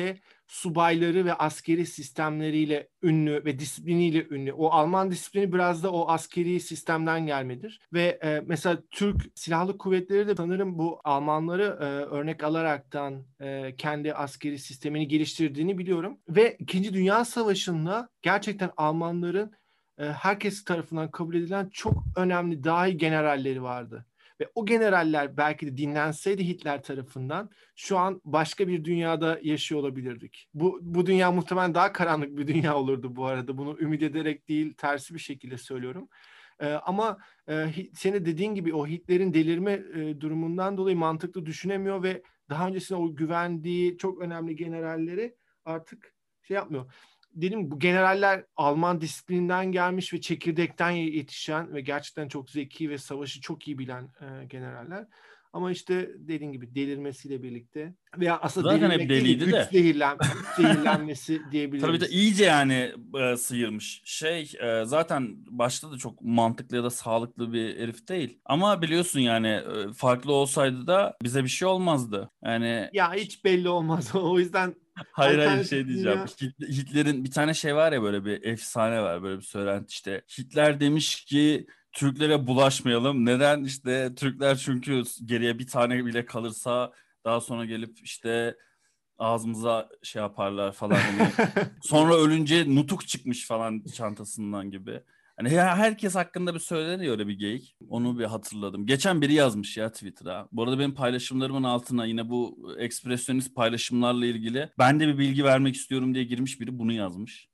subayları ve askeri sistemleriyle ünlü ve disipliniyle ünlü. O Alman disiplini biraz da o askeri sistemden gelmedir. Ve mesela Türk Silahlı Kuvvetleri de sanırım bu Almanları örnek alaraktan kendi askeri sistemini geliştirdiğini biliyorum. Ve İkinci Dünya Savaşı'nda gerçekten Almanların herkes tarafından kabul edilen çok önemli dahi generalleri vardı. Ve o generaller belki de dinlenseydi Hitler tarafından şu an başka bir dünyada yaşıyor olabilirdik. Bu dünya muhtemelen daha karanlık bir dünya olurdu bu arada. Bunu ümit ederek değil, tersi bir şekilde söylüyorum. Ama senin dediğin gibi o Hitler'in delirme durumundan dolayı mantıklı düşünemiyor ve daha öncesinde o güvendiği çok önemli generalleri artık şey yapmıyor. Dedim bu generaller Alman disiplininden gelmiş ve çekirdekten yetişen ve gerçekten çok zeki ve savaşı çok iyi bilen generaller. Ama işte dediğin gibi delirmesiyle birlikte veya aslında Zaten hep delirmek değil de deliydi güç de. güç zehirlenmesi Tabii de diyebiliriz. iyice yani sıyırmış. Zaten başta da çok mantıklı ya da sağlıklı bir herif değil. Ama biliyorsun yani farklı olsaydı da bize bir şey olmazdı. Yani Ya hiç belli olmaz. O yüzden hayır hayır alternatif şey diyeceğim. dünya. Hitler'in bir tane şey var ya, böyle bir efsane var, böyle bir söylenti işte. Hitler demiş ki Türklere bulaşmayalım. Neden? İşte Türkler çünkü geriye bir tane bile kalırsa daha sonra gelip işte ağzımıza şey yaparlar falan, hani sonra ölünce nutuk çıkmış falan çantasından gibi. Hani herkes hakkında bir söyleniyor öyle bir geyik. Onu bir hatırladım. Geçen biri yazmış ya Twitter'a. Bu arada benim paylaşımlarımın altına yine bu ekspresyonist paylaşımlarla ilgili ben de bir bilgi vermek istiyorum diye girmiş biri, bunu yazmış.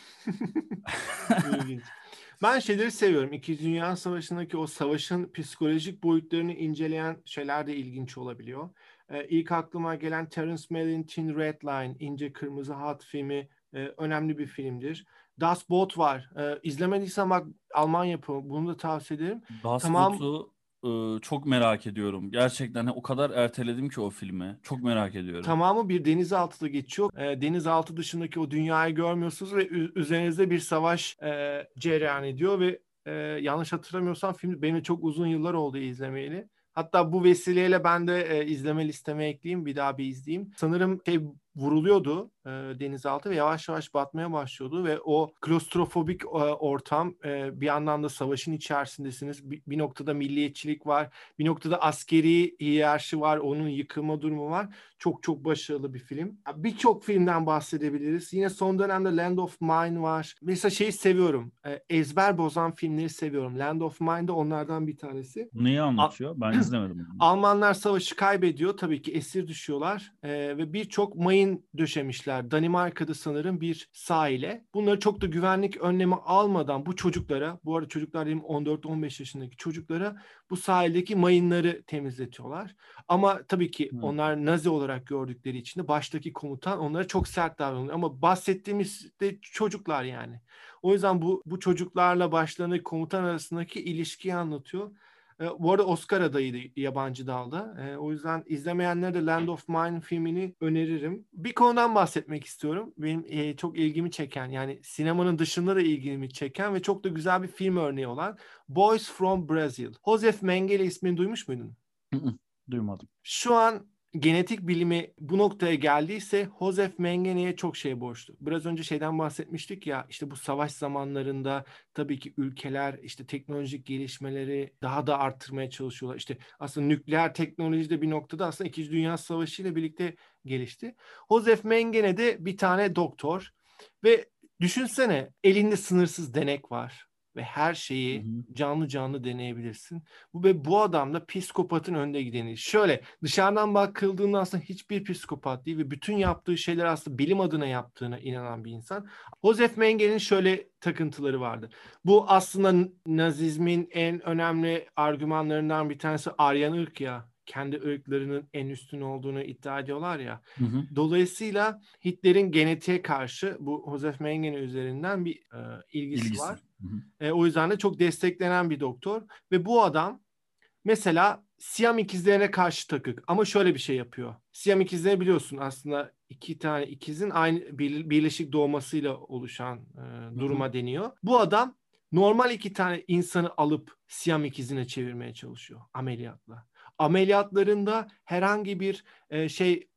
İlginç. Ben şeyleri seviyorum. İkinci Dünya Savaşı'ndaki o savaşın psikolojik boyutlarını inceleyen şeyler de ilginç olabiliyor. İlk aklıma gelen Terence Malick'in Thin Red Line, İnce Kırmızı Hat filmi önemli bir filmdir. Das Boot var. İzlemediysen bak, Alman yapımı. Bunu da tavsiye ederim. Das Tamam. Boot'u çok merak ediyorum. Gerçekten o kadar erteledim ki o filmi. Çok merak ediyorum. Tamamı bir denizaltıda geçiyor. Denizaltı dışındaki o dünyayı görmüyorsunuz ve üzerinizde bir savaş cereyan ediyor ve yanlış hatırlamıyorsam film benim çok uzun yıllar oldu izlemeyeli. Hatta bu vesileyle ben de izleme listeme ekleyeyim, bir daha bir izleyeyim. Sanırım vuruluyordu denizaltı ve yavaş yavaş batmaya başlıyordu ve o klostrofobik ortam, bir yandan da savaşın içerisindesiniz. Bir noktada milliyetçilik var, bir noktada askeri hiyerarşi var, onun yıkılma durumu var. Çok çok başarılı bir film. Birçok filmden bahsedebiliriz. Yine son dönemde Land of Mine var. Mesela şeyi seviyorum. Ezber bozan filmleri seviyorum. Land of Mine de onlardan bir tanesi. Neyi A- anlatıyor? Ben izlemedim bunu. Almanlar savaşı kaybediyor. Tabii ki esir düşüyorlar. Ve birçok mayın döşemişler. Danimarka'da sanırım bir sahile. Bunları çok da güvenlik önlemi almadan bu çocuklara, bu arada çocuklar diyeyim 14-15 yaşındaki çocuklara, bu sahildeki mayınları temizletiyorlar. Ama tabii ki Hı. onlar Nazi olarak gördükleri için de baştaki komutan onlara çok sert davranıyor. Ama bahsettiğimiz de çocuklar yani. O yüzden bu çocuklarla başlarındaki komutan arasındaki ilişkiyi anlatıyor. Bu arada Oscar adayıydı yabancı dalda. O yüzden izlemeyenlere de Land of Mine filmini öneririm. Bir konudan bahsetmek istiyorum. Benim çok ilgimi çeken, yani sinemanın dışında da ilgimi çeken ve çok da güzel bir film örneği olan Boys from Brazil. Josef Mengele ismini duymuş muydun? Hı hı. Duymadım. Şu an genetik bilimi bu noktaya geldiyse Josef Mengene'ye çok şey borçlu. Biraz önce şeyden bahsetmiştik ya, işte bu savaş zamanlarında tabii ki ülkeler işte teknolojik gelişmeleri daha da arttırmaya çalışıyorlar. İşte aslında nükleer teknoloji de bir noktada aslında İkinci Dünya Savaşı ile birlikte gelişti. Josef Mengele de bir tane doktor ve düşünsene, elinde sınırsız denek var ve her Hı şeyi hı. canlı canlı deneyebilirsin. Ve bu adam da psikopatın önde gideni. Şöyle dışarıdan bakıldığında aslında hiçbir psikopat değil ve bütün yaptığı şeyler aslında bilim adına yaptığına inanan bir insan. Josef Mengel'in şöyle takıntıları vardı. Bu aslında Nazizmin en önemli argümanlarından bir tanesi Aryan ırk ya. Kendi ırklarının en üstün olduğunu iddia ediyorlar ya. Hı hı. Dolayısıyla Hitler'in genetiğe karşı bu Josef Mengele üzerinden bir ilgisi İlgisi. var. Hı hı. O yüzden de çok desteklenen bir doktor. Ve bu adam mesela Siyam ikizlerine karşı takık. Ama şöyle bir şey yapıyor. Siyam ikizleri biliyorsun aslında iki tane ikizin aynı birleşik doğmasıyla oluşan Hı hı. duruma deniyor. Bu adam normal iki tane insanı alıp Siyam ikizine çevirmeye çalışıyor ameliyatla. Ameliyatlarında herhangi bir şey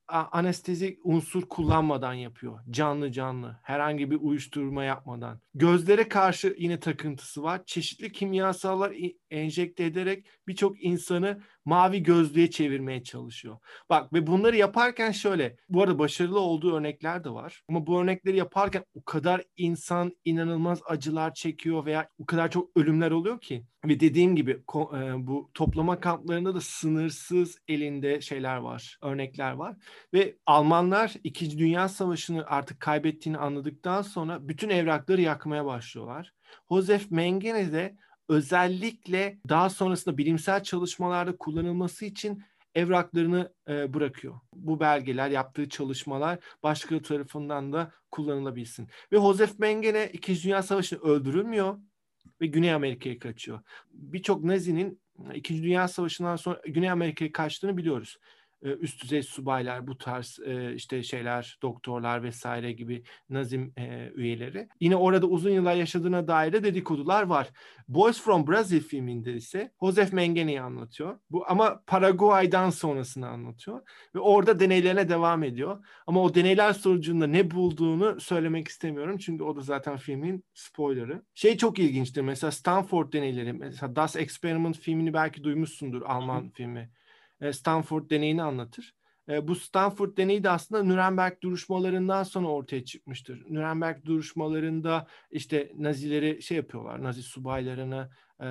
anestezik unsur kullanmadan yapıyor. Canlı canlı. Herhangi bir uyuşturma yapmadan. Gözlere karşı yine takıntısı var. Çeşitli kimyasallar enjekte ederek birçok insanı mavi gözlüğe çevirmeye çalışıyor. Bak ve bunları yaparken şöyle. Bu arada başarılı olduğu örnekler de var. Ama bu örnekleri yaparken o kadar insan inanılmaz acılar çekiyor veya o kadar çok ölümler oluyor ki. Ve dediğim gibi bu toplama kamplarında da sınırsız elinde şeyler var, örnekler var. Ve Almanlar İkinci Dünya Savaşı'nı artık kaybettiğini anladıktan sonra bütün evrakları yakmaya başlıyorlar. Josef Mengele de özellikle daha sonrasında bilimsel çalışmalarda kullanılması için evraklarını bırakıyor. Bu belgeler, yaptığı çalışmalar başkaları tarafından da kullanılabilsin. Ve Josef Mengele İkinci Dünya Savaşı'nda öldürülmüyor ve Güney Amerika'ya kaçıyor. Birçok Nazi'nin İkinci Dünya Savaşı'ndan sonra Güney Amerika'ya kaçtığını biliyoruz. Üst düzey subaylar, bu tarz işte şeyler, doktorlar vesaire gibi Nazim üyeleri. Yine orada uzun yıllar yaşadığına dair de dedikodular var. Boys from Brazil filminde ise Josef Mengene'yi anlatıyor. Bu ama Paraguay'dan sonrasını anlatıyor ve orada deneylerine devam ediyor. Ama o deneyler sonucunda ne bulduğunu söylemek istemiyorum çünkü o da zaten filmin spoilerı. Şey çok ilginçtir. Mesela Stanford deneyleri, mesela Das Experiment filmini belki duymuşsundur, Alman filmi. Stanford deneyini anlatır. Bu Stanford deneyi de aslında Nuremberg duruşmalarından sonra ortaya çıkmıştır. Nuremberg duruşmalarında işte Nazileri şey yapıyorlar, Nazi subaylarını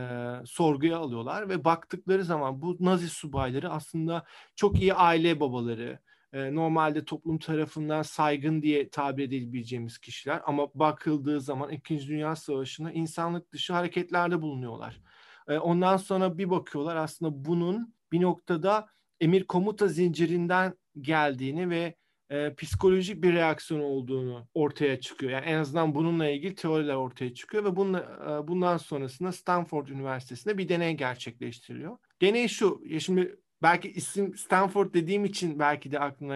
sorguya alıyorlar ve baktıkları zaman bu Nazi subayları aslında çok iyi aile babaları, normalde toplum tarafından saygın diye tabir edilebileceğimiz kişiler ama bakıldığı zaman İkinci Dünya Savaşı'nda insanlık dışı hareketlerde bulunuyorlar. Ondan sonra bir bakıyorlar aslında bunun bir noktada emir komuta zincirinden geldiğini ve psikolojik bir reaksiyon olduğunu ortaya çıkıyor. Yani en azından bununla ilgili teoriler ortaya çıkıyor ve bundan sonrasında Stanford Üniversitesi'nde bir deney gerçekleştiriliyor. Deney şu, ya şimdi belki isim Stanford dediğim için belki de aklına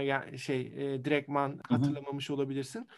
direktman Hı hı. hatırlamamış olabilirsin.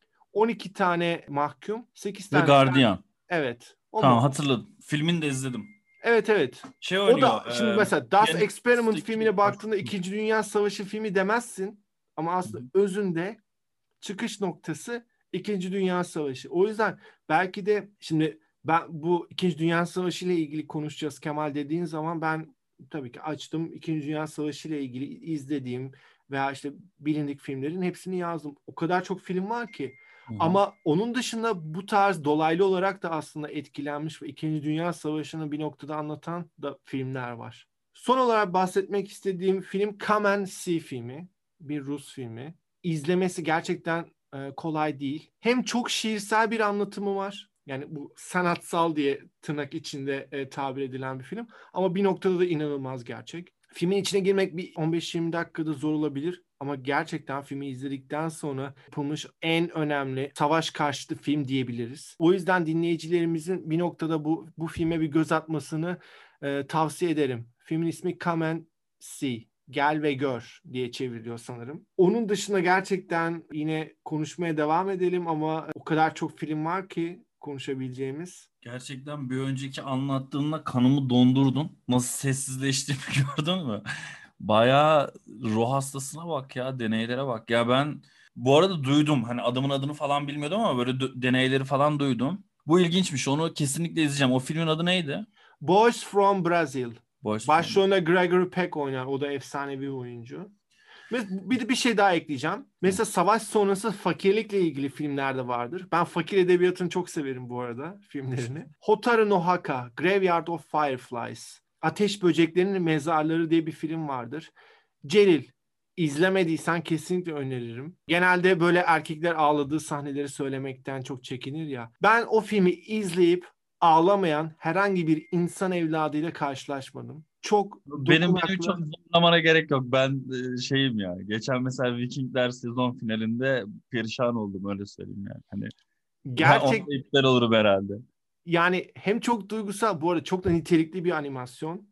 12 tane mahkum, 8 Ve tanesi Guardian. evet. O Tamam, mu? hatırladım. Filmini de izledim. Evet evet. Şey O da oynuyor. şimdi mesela Das Experiment Piyanist'teki filmine baktığında İkinci Dünya Savaşı filmi demezsin. Ama Hı aslında hı. özünde çıkış noktası İkinci Dünya Savaşı. O yüzden belki de şimdi ben bu İkinci Dünya Savaşı ile ilgili konuşacağız Kemal dediğin zaman ben tabii ki açtım İkinci Dünya Savaşı ile ilgili izlediğim veya işte bilindik filmlerin hepsini yazdım. O kadar çok film var ki. Hı hı. Ama onun dışında bu tarz dolaylı olarak da aslında etkilenmiş ve İkinci Dünya Savaşı'nı bir noktada anlatan da filmler var. Son olarak bahsetmek istediğim film Come and See filmi. Bir Rus filmi. İzlemesi gerçekten kolay değil. Hem çok şiirsel bir anlatımı var. Yani bu sanatsal diye tırnak içinde tabir edilen bir film. Ama bir noktada da inanılmaz gerçek. Filmin içine girmek bir 15-20 dakikada zor olabilir. Ama gerçekten filmi izledikten sonra yapılmış en önemli savaş karşıtı film diyebiliriz. O yüzden dinleyicilerimizin bir noktada bu filme bir göz atmasını tavsiye ederim. Filmin ismi Come and See. Gel ve gör diye çevriliyor sanırım. Onun dışında gerçekten yine konuşmaya devam edelim ama o kadar çok film var ki konuşabileceğimiz. Gerçekten bir önceki anlattığında kanımı dondurdun. Nasıl sessizleştiğimi gördün mü? Bayağı ruh hastasına bak ya, deneylere bak. Ya ben bu arada duydum. Hani adını falan bilmiyordum ama böyle deneyleri falan duydum. Bu ilginçmiş. Onu kesinlikle izleyeceğim. O filmin adı neydi? Boys from Brazil. Boys from. Başrolünde Gregory Peck oynar. O da efsanevi bir oyuncu. Bir şey daha ekleyeceğim. Hı. Mesela savaş sonrası fakirlikle ilgili filmler de vardır. Ben fakir edebiyatını çok severim bu arada filmlerini. Hotaru no Haka, Graveyard of Fireflies, Ateş Böceklerinin Mezarları diye bir film vardır. Celil, izlemediysen kesinlikle öneririm. Genelde böyle erkekler ağladığı sahneleri söylemekten çok çekinir ya. Ben o filmi izleyip ağlamayan herhangi bir insan evladıyla karşılaşmadım. Çok Benim çok dokunaklı. zorlamana gerek yok. Ben şeyim ya. Geçen mesela Vikingler sezon finalinde perişan oldum, öyle söyleyeyim yani. Hani ben Gerçek onda iptal olurum herhalde. yani hem çok duygusal bu arada çok da nitelikli bir animasyon.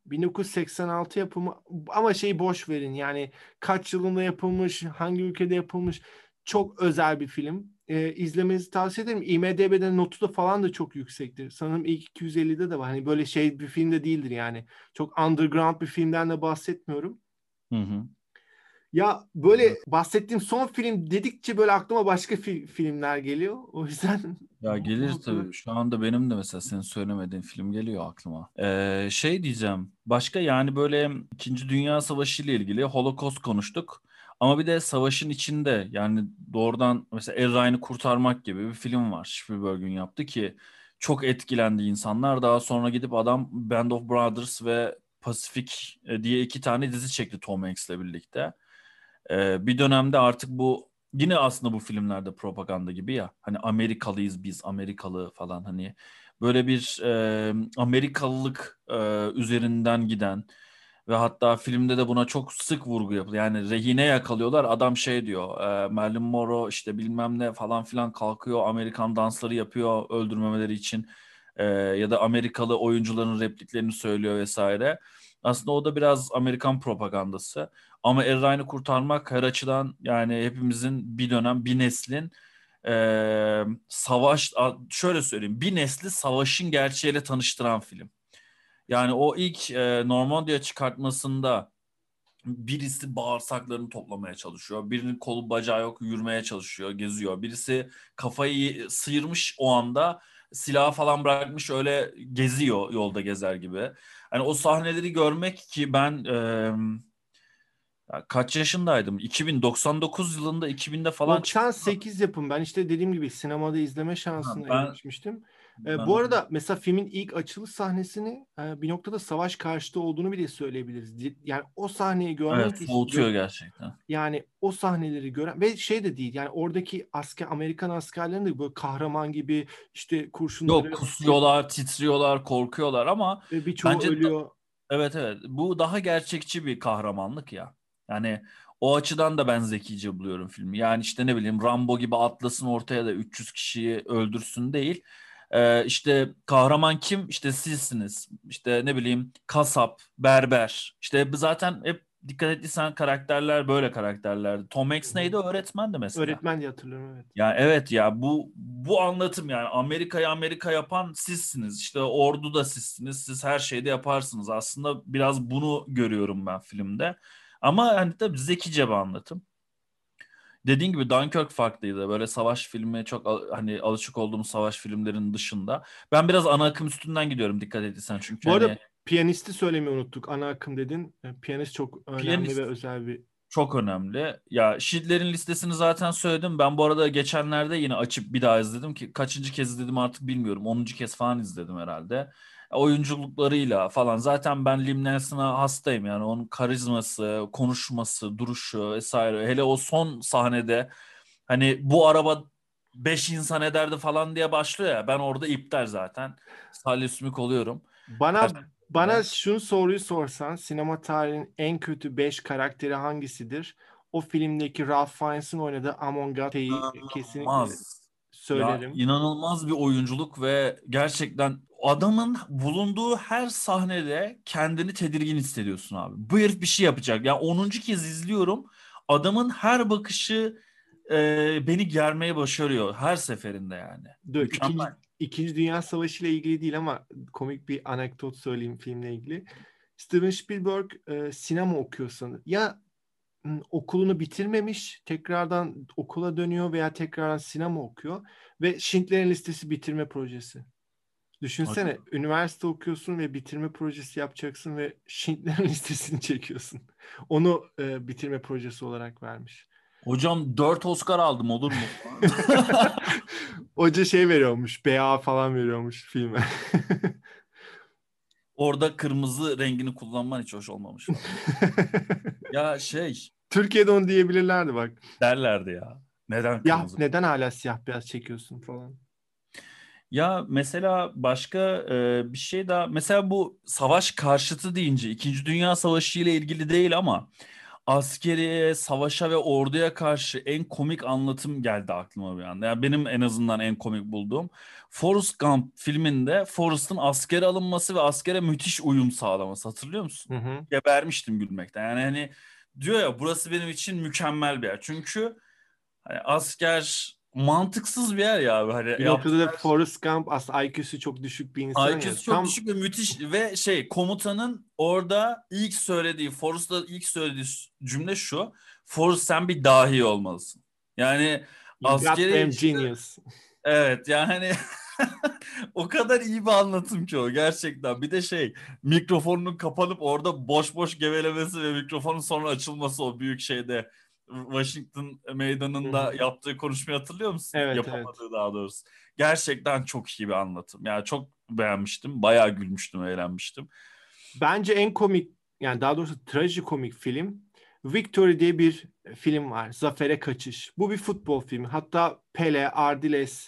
1986 yapımı ama şeyi boş verin yani kaç yılında yapılmış, hangi ülkede yapılmış çok özel bir film. İzlemenizi tavsiye ederim. IMDb'de notu da falan da çok yüksektir. Sanırım ilk 250'de de var. Hani böyle şey bir film de değildir yani. Çok underground bir filmden de bahsetmiyorum. Hı hı. Ya böyle bahsettiğim son film dedikçe böyle aklıma başka filmler geliyor. O yüzden Ya bu gelir noktada tabii. Şu anda benim de mesela senin söylemediğin film geliyor aklıma. Şey diyeceğim. Başka yani böyle İkinci Dünya Savaşı ile ilgili Holocaust konuştuk. Ama bir de savaşın içinde yani doğrudan mesela Er Ryan'ı kurtarmak gibi bir film var. Spielberg'ün yaptı ki çok etkilendi insanlar. Daha sonra gidip adam Band of Brothers ve Pacific diye iki tane dizi çekti Tom Hanks'le birlikte. Bir dönemde artık bu yine aslında bu filmlerde propaganda gibi ya. Hani Amerikalıyız biz, Amerikalı falan hani böyle bir Amerikalılık üzerinden giden ve hatta filmde de buna çok sık vurgu yapılıyor. Yani rehine yakalıyorlar. Adam şey diyor, Marilyn Monroe işte bilmem ne falan filan kalkıyor. Amerikan dansları yapıyor öldürmemeleri için. Ya da Amerikalı oyuncuların repliklerini söylüyor vesaire. Aslında o da biraz Amerikan propagandası. Ama Er Ryan'ı kurtarmak her açıdan yani hepimizin bir dönem bir neslin şöyle söyleyeyim bir nesli savaşın gerçeğiyle tanıştıran film. Yani o ilk Normandiya çıkartmasında birisi bağırsaklarını toplamaya çalışıyor. Birinin kolu bacağı yok yürümeye çalışıyor, geziyor. Birisi kafayı sıyırmış o anda silahı falan bırakmış öyle geziyor yolda gezer gibi. Hani o sahneleri görmek ki ben ya kaç yaşındaydım? 2099 yılında 2000'de falan çıktı. 98 yapım. Ben işte dediğim gibi sinemada izleme Ha, şansına ben erişmiştim. ben Bu o arada mesela filmin ilk açılış sahnesini bir noktada savaş karşıtı olduğunu bile söyleyebiliriz. Yani o sahneyi görmen evet soğutuyor gerçekten. yani o sahneleri gören ve şey de değil yani oradaki Amerikan askerlerin de böyle kahraman gibi işte Yok kurşunları kusuyorlar, titriyorlar, korkuyorlar ama ve birçoğu bence ölüyor. evet evet bu daha gerçekçi bir kahramanlık ya. Yani o açıdan da ben zekice buluyorum filmi. Yani işte ne bileyim Rambo gibi atlasın ortaya da 300 kişiyi öldürsün değil. İşte kahraman kim? İşte sizsiniz. İşte ne bileyim kasap, berber. İşte zaten hep dikkat ettiysen karakterler böyle karakterlerdi. Tom Hı Hanks hı. neydi? Öğretmendi mesela. Öğretmen diye hatırlıyorum, evet. Ya evet ya bu anlatım yani Amerika'yı Amerika yapan sizsiniz. İşte ordu da sizsiniz. Siz her şeyde yaparsınız. Aslında biraz bunu görüyorum ben filmde. Ama hani tabii zekice bir anlatım. Dediğin gibi Dunkirk farklıydı. Böyle savaş filmi çok hani alışık olduğum savaş filmlerinin dışında. Ben biraz ana akım üstünden gidiyorum dikkat ettiysen. Çünkü Bu hani arada piyanisti söylemeyi unuttuk. Ana akım dedin. Piyanist çok önemli ve piyanist özel bir. çok önemli. Ya Schindler'in Listesini zaten söyledim. Ben bu arada geçenlerde yine açıp bir daha izledim ki kaçıncı kez izledim artık bilmiyorum. 10. kez falan izledim herhalde. Oyunculuklarıyla falan. Zaten ben Liam Neeson'a hastayım yani. Onun karizması, konuşması, duruşu vesaire. Hele o son sahnede hani bu araba 5 insan ederdi falan diye başlıyor ya. Ben orada iptal zaten. Salih oluyorum. Bana Gerçekten. şunu soruyu sorsan sinema tarihinin en kötü 5 karakteri hangisidir? O filmdeki Ralph Fiennes'in oynadığı Amon Gate'yi kesinlikle İnanılmaz. Ya söylerim. inanılmaz bir oyunculuk ve gerçekten adamın bulunduğu her sahnede kendini tedirgin hissediyorsun abi. Bu herif bir şey yapacak. Ya 10. kez izliyorum. Adamın her bakışı beni germeye başarıyor her seferinde yani. Dur, Mükemmel. İkinci Dünya Savaşı ile ilgili değil ama komik bir anekdot söyleyeyim filmle ilgili. Steven Spielberg sinema okuyor sanırım. Ya okulunu bitirmemiş, tekrardan okula dönüyor veya tekrardan sinema okuyor ve Schindler'in Listesi bitirme projesi. Hadi. Düşünsene, üniversite okuyorsun ve bitirme projesi yapacaksın ve Schindler'in Listesini çekiyorsun. Onu bitirme projesi olarak vermiş. Hocam 4 Oscar aldım olur mu falan. Hoca şey veriyormuş, BA falan veriyormuş filme. Orada kırmızı rengini kullanman hiç hoş olmamış falan. Ya şey Türkiye'de onu diyebilirlerdi bak. derlerdi ya. Neden Ya kırmızı? neden hala siyah beyaz çekiyorsun falan. Ya mesela başka bir şey daha mesela bu savaş karşıtı deyince İkinci Dünya Savaşı ile ilgili değil ama askeriye, savaşa ve orduya karşı en komik anlatım geldi aklıma bir anda. Yani benim en azından en komik bulduğum Forrest Gump filminde Forrest'ın askere alınması ve askere müthiş uyum sağlaması hatırlıyor musun? Hı hı. Gebermiştim gülmekten. Yani hani diyor ya burası benim için mükemmel bir yer. Çünkü hani asker mantıksız bir yer ya abi. Hani Bir yaptığı noktada da Forrest Gump aslında IQ'su çok düşük bir insan ya. IQ'su çok Tam düşük ve müthiş ve komutanın orada Forrest'a ilk söylediği cümle şu: Forrest, sen bir dahi olmalısın. Yani you askeri goddamn işte, genius. evet yani o kadar iyi bir anlatım ki o gerçekten. Bir de mikrofonunun kapanıp orada boş boş gevelemesi ve mikrofonun sonra açılması, o büyük Washington Hı meydanında hı. yaptığı konuşmayı hatırlıyor musun? Evet, evet. Yapamadığı, daha doğrusu. Gerçekten çok iyi bir anlatım. Yani çok beğenmiştim. Bayağı gülmüştüm, eğlenmiştim. Bence en komik, yani daha doğrusu trajikomik film Victory diye bir film var. Zafer'e Kaçış. Bu bir futbol filmi. Hatta Pele, Ardiles,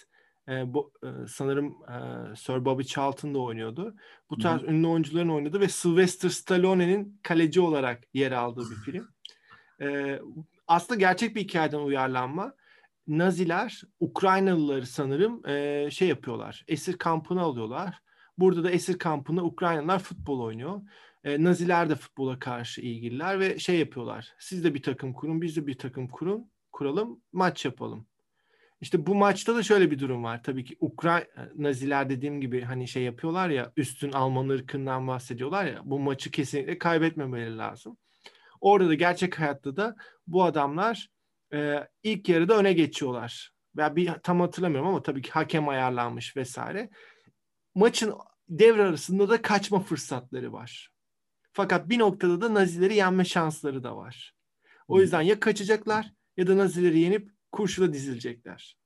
sanırım Sir Bobby Charlton da oynuyordu. Bu Hı tarz hı. ünlü oyuncuların oynadığı ve Sylvester Stallone'nin kaleci olarak yer aldığı bir film. E, Aslında gerçek bir hikayeden uyarlanma. Naziler Ukraynalıları sanırım yapıyorlar. Esir kampına alıyorlar. Burada da esir kampında Ukraynalılar futbol oynuyor. Naziler de futbola karşı ilgililer ve yapıyorlar. Siz de bir takım kurun, biz de bir takım kuralım, maç yapalım. İşte bu maçta da şöyle bir durum var. Tabii ki Naziler dediğim gibi hani yapıyorlar ya, üstün Alman ırkından bahsediyorlar ya, bu maçı kesinlikle kaybetmemeleri lazım. Orada da gerçek hayatta da bu adamlar ilk yarıda öne geçiyorlar. Tam hatırlamıyorum ama tabii ki hakem ayarlanmış vesaire. Maçın devre arasında da kaçma fırsatları var. Fakat bir noktada da Nazileri yenme şansları da var. Hı O yüzden ya kaçacaklar ya da Nazileri yenip kurşuna dizilecekler.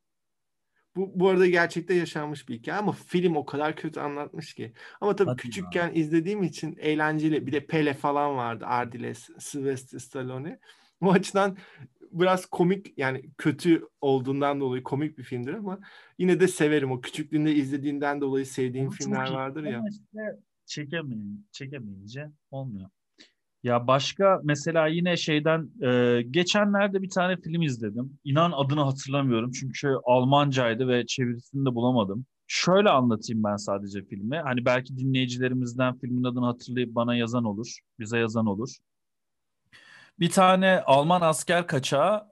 Bu arada gerçekte yaşanmış bir hikaye ama film o kadar kötü anlatmış ki. Ama tabii Hadi ya. küçükken izlediğim için eğlenceli. Bir de Pele falan vardı. Ardiles, Sylvester Stallone. O açıdan biraz komik, yani kötü olduğundan dolayı komik bir filmdir ama yine de severim. O küçüklüğünde izlediğinden dolayı sevdiğim Onu filmler çok iyi vardır ama ya. işte çekemeyince olmuyor. Ya başka mesela yine geçenlerde bir tane film izledim. İnan adını hatırlamıyorum çünkü Almancaydı ve çevirisini de bulamadım. Şöyle anlatayım ben sadece filmi. Hani belki dinleyicilerimizden filmin adını hatırlayıp bana yazan olur, bize yazan olur. Bir tane Alman asker kaçağı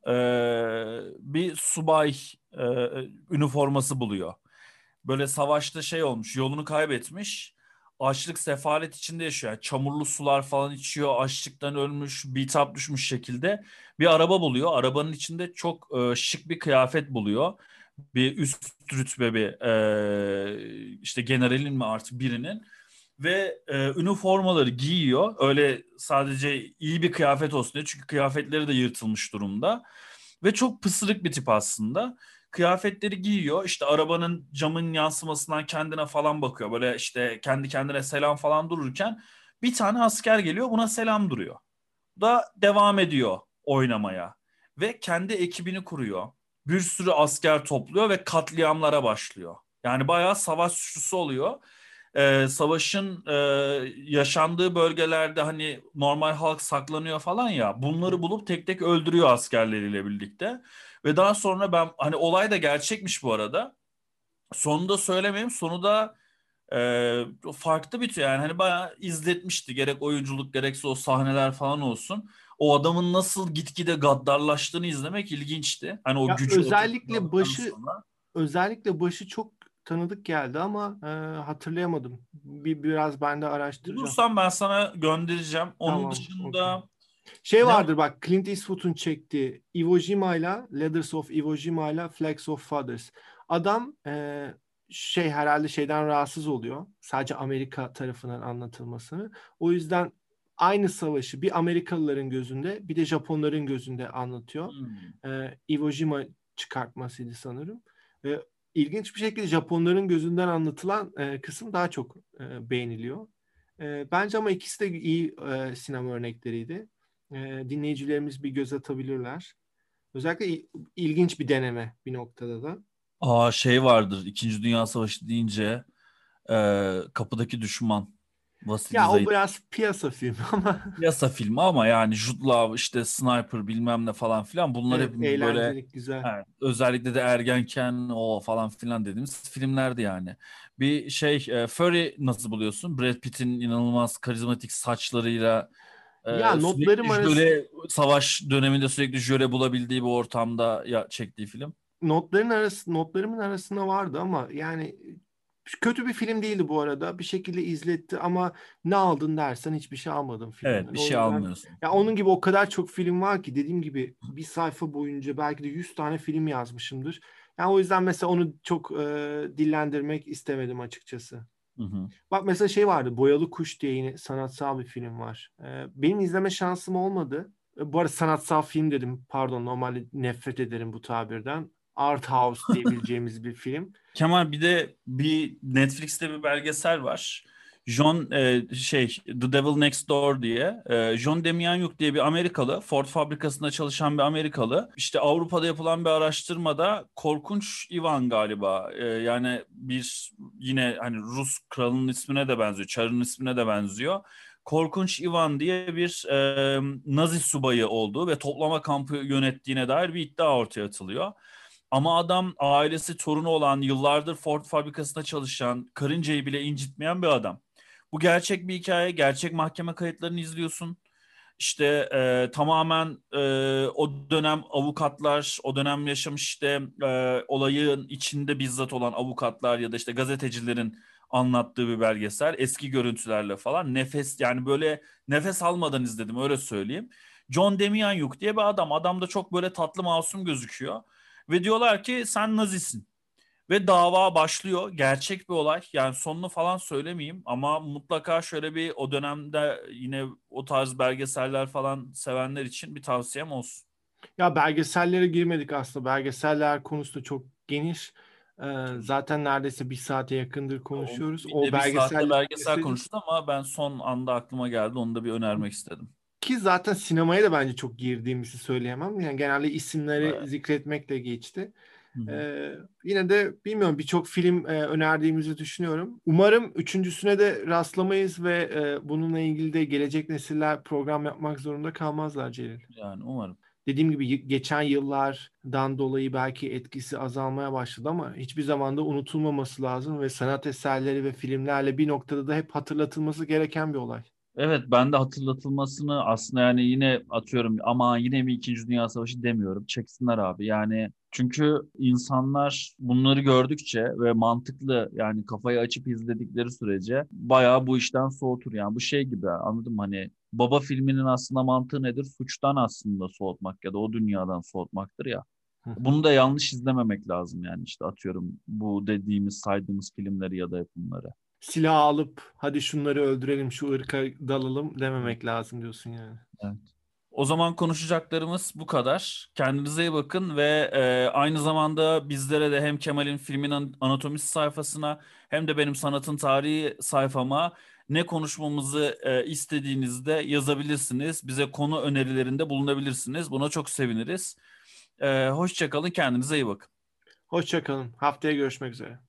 bir subay e, üniforması buluyor. Böyle savaşta olmuş, yolunu kaybetmiş. Açlık, sefalet içinde yaşıyor. Yani çamurlu sular falan içiyor. Açlıktan ölmüş, bitap düşmüş şekilde. Bir araba buluyor. Arabanın içinde çok şık bir kıyafet buluyor. Bir üst rütbe bir işte generalin mi artık birinin. Ve üniformaları giyiyor. Öyle sadece iyi bir kıyafet olsun diye. Çünkü kıyafetleri de yırtılmış durumda. Ve çok pısırık bir tip aslında. Kıyafetleri giyiyor. İşte arabanın camın yansımasından kendine falan bakıyor. Böyle işte kendi kendine selam falan dururken bir tane asker geliyor, buna selam duruyor. Bu da devam ediyor oynamaya. Ve kendi ekibini kuruyor. Bir sürü asker topluyor ve katliamlara başlıyor. Yani bayağı savaş suçlusu oluyor. Savaşın yaşandığı bölgelerde hani normal halk saklanıyor falan ya, bunları bulup tek tek öldürüyor askerleriyle birlikte. Ve daha sonra ben hani, olay da gerçekmiş bu arada. Sonunda söylemeyeyim, sonu da farklı bitiyor yani, hani bayağı izletmişti, gerek oyunculuk gerekse o sahneler falan olsun. O adamın nasıl gitgide gaddarlaştığını izlemek ilginçti. Hani o Ya gücü özellikle oturttuktan başı sonra. özellikle başı çok tanıdık geldi ama hatırlayamadım. Biraz ben de araştıracağım. Bulursam ben sana göndereceğim. Onun Tamam, okey. dışında ne var? Vardır bak, Clint Eastwood'un çektiği Iwo Jima'yla Letters of Iwo Jima'yla Flags of Fathers. Adam herhalde şeyden rahatsız oluyor. Sadece Amerika tarafından anlatılmasını. O yüzden aynı savaşı bir Amerikalıların gözünde bir de Japonların gözünde anlatıyor. Hmm. Iwo Jima çıkartmasıydı sanırım. E, ilginç bir şekilde Japonların gözünden anlatılan kısım daha çok beğeniliyor. Bence ama ikisi de iyi sinema örnekleriydi. Dinleyicilerimiz bir göz atabilirler. Özellikle ilginç bir deneme bir noktada da. Vardır. İkinci Dünya Savaşı deyince Kapıdaki Düşman. Vasily Ya o Zayt. biraz piyasa filmi ama Yasa filmi ama yani Jude Law, işte Sniper bilmem ne falan filan, bunlar evet, hepimiz böyle, eğlenceli, güzel. evet, özellikle de ergenken o falan filan dediğimiz filmlerdi yani. Bir Fury nasıl buluyorsun? Brad Pitt'in inanılmaz karizmatik saçlarıyla Ya sürekli notlarım arası jöle, savaş döneminde sürekli jöle bulabildiği bir ortamda çektiği film. notlarımın arasında vardı ama yani kötü bir film değildi bu arada. Bir şekilde izletti ama ne aldın dersen hiçbir şey almadım Evet, filmden. bir O şey yüzden almıyorsun. ya onun gibi o kadar çok film var ki dediğim gibi bir sayfa boyunca belki de 100 tane film yazmışımdır. Yani o yüzden mesela onu çok dillendirmek istemedim açıkçası. Hı hı. Bak mesela şey vardı. Boyalı Kuş diye yine sanatsal bir film var. Benim izleme şansım olmadı. Bu arada sanatsal film dedim. Pardon, normalde nefret ederim bu tabirden. Art house diyebileceğimiz bir film. Kemal, bir de bir Netflix'te bir belgesel var. The Devil Next Door diye. John Demjanjuk diye bir Amerikalı, Ford fabrikasında çalışan bir Amerikalı. İşte Avrupa'da yapılan bir araştırmada Korkunç Ivan galiba. Yani bir yine hani Rus kralının ismine de benziyor, Çar'ın ismine de benziyor. Korkunç Ivan diye bir Nazi subayı olduğu ve toplama kampı yönettiğine dair bir iddia ortaya atılıyor. Ama adam ailesi torunu olan, yıllardır Ford fabrikasında çalışan, karıncayı bile incitmeyen bir adam. Bu gerçek bir hikaye. Gerçek mahkeme kayıtlarını izliyorsun. İşte tamamen o dönem avukatlar, o dönem yaşamış işte olayın içinde bizzat olan avukatlar ya da işte gazetecilerin anlattığı bir belgesel. Eski görüntülerle falan. Nefes, yani böyle nefes almadan izledim, öyle söyleyeyim. John Demjanjuk diye bir adam. Adam da çok böyle tatlı, masum gözüküyor. Ve diyorlar ki sen Nazisin. Ve dava başlıyor. Gerçek bir olay. Yani sonunu falan söylemeyeyim ama mutlaka şöyle bir, o dönemde yine o tarz belgeseller falan sevenler için bir tavsiyem olsun. Ya belgesellere girmedik aslında. Belgeseller konusu da çok geniş. Tabii. Zaten neredeyse bir saate yakındır konuşuyoruz. Bir O de bir saatte belgesel belgesel konuştuk ama ben son anda aklıma geldi. Onu da bir önermek istedim. ki zaten sinemaya da bence çok girdiğimizi söyleyemem. Yani genelde isimleri Bayağı. zikretmekle geçti. Hı hı. Yine de bilmiyorum, birçok film önerdiğimizi düşünüyorum. Umarım üçüncüsüne de rastlamayız ve bununla ilgili de gelecek nesiller program yapmak zorunda kalmazlar Celil. Yani umarım. Dediğim gibi geçen yıllardan dolayı belki etkisi azalmaya başladı ama hiçbir zaman da unutulmaması lazım ve sanat eserleri ve filmlerle bir noktada da hep hatırlatılması gereken bir olay. Evet, ben de hatırlatılmasını aslında, yani yine atıyorum ama yine mi İkinci Dünya Savaşı demiyorum. Çeksinler abi. Yani çünkü insanlar bunları gördükçe ve mantıklı, yani kafayı açıp izledikleri sürece bayağı bu işten soğutur. Yani bu şey gibi, anladın mı? Hani Baba filminin aslında mantığı nedir? Suçtan aslında soğutmak ya da o dünyadan soğutmaktır ya. Hı hı. Bunu da yanlış izlememek lazım, yani işte atıyorum bu dediğimiz, saydığımız filmleri ya da yapımları. Silah alıp hadi şunları öldürelim, şu ırka dalalım dememek lazım diyorsun yani. Evet. O zaman konuşacaklarımız bu kadar. Kendinize iyi bakın ve aynı zamanda bizlere de hem Kemal'in filmin anatomisi sayfasına hem de benim sanatın tarihi sayfama ne konuşmamızı istediğinizde yazabilirsiniz. Bize konu önerilerinde bulunabilirsiniz. Buna çok seviniriz. Hoşça kalın, kendinize iyi bakın. Hoşça kalın. Haftaya görüşmek üzere.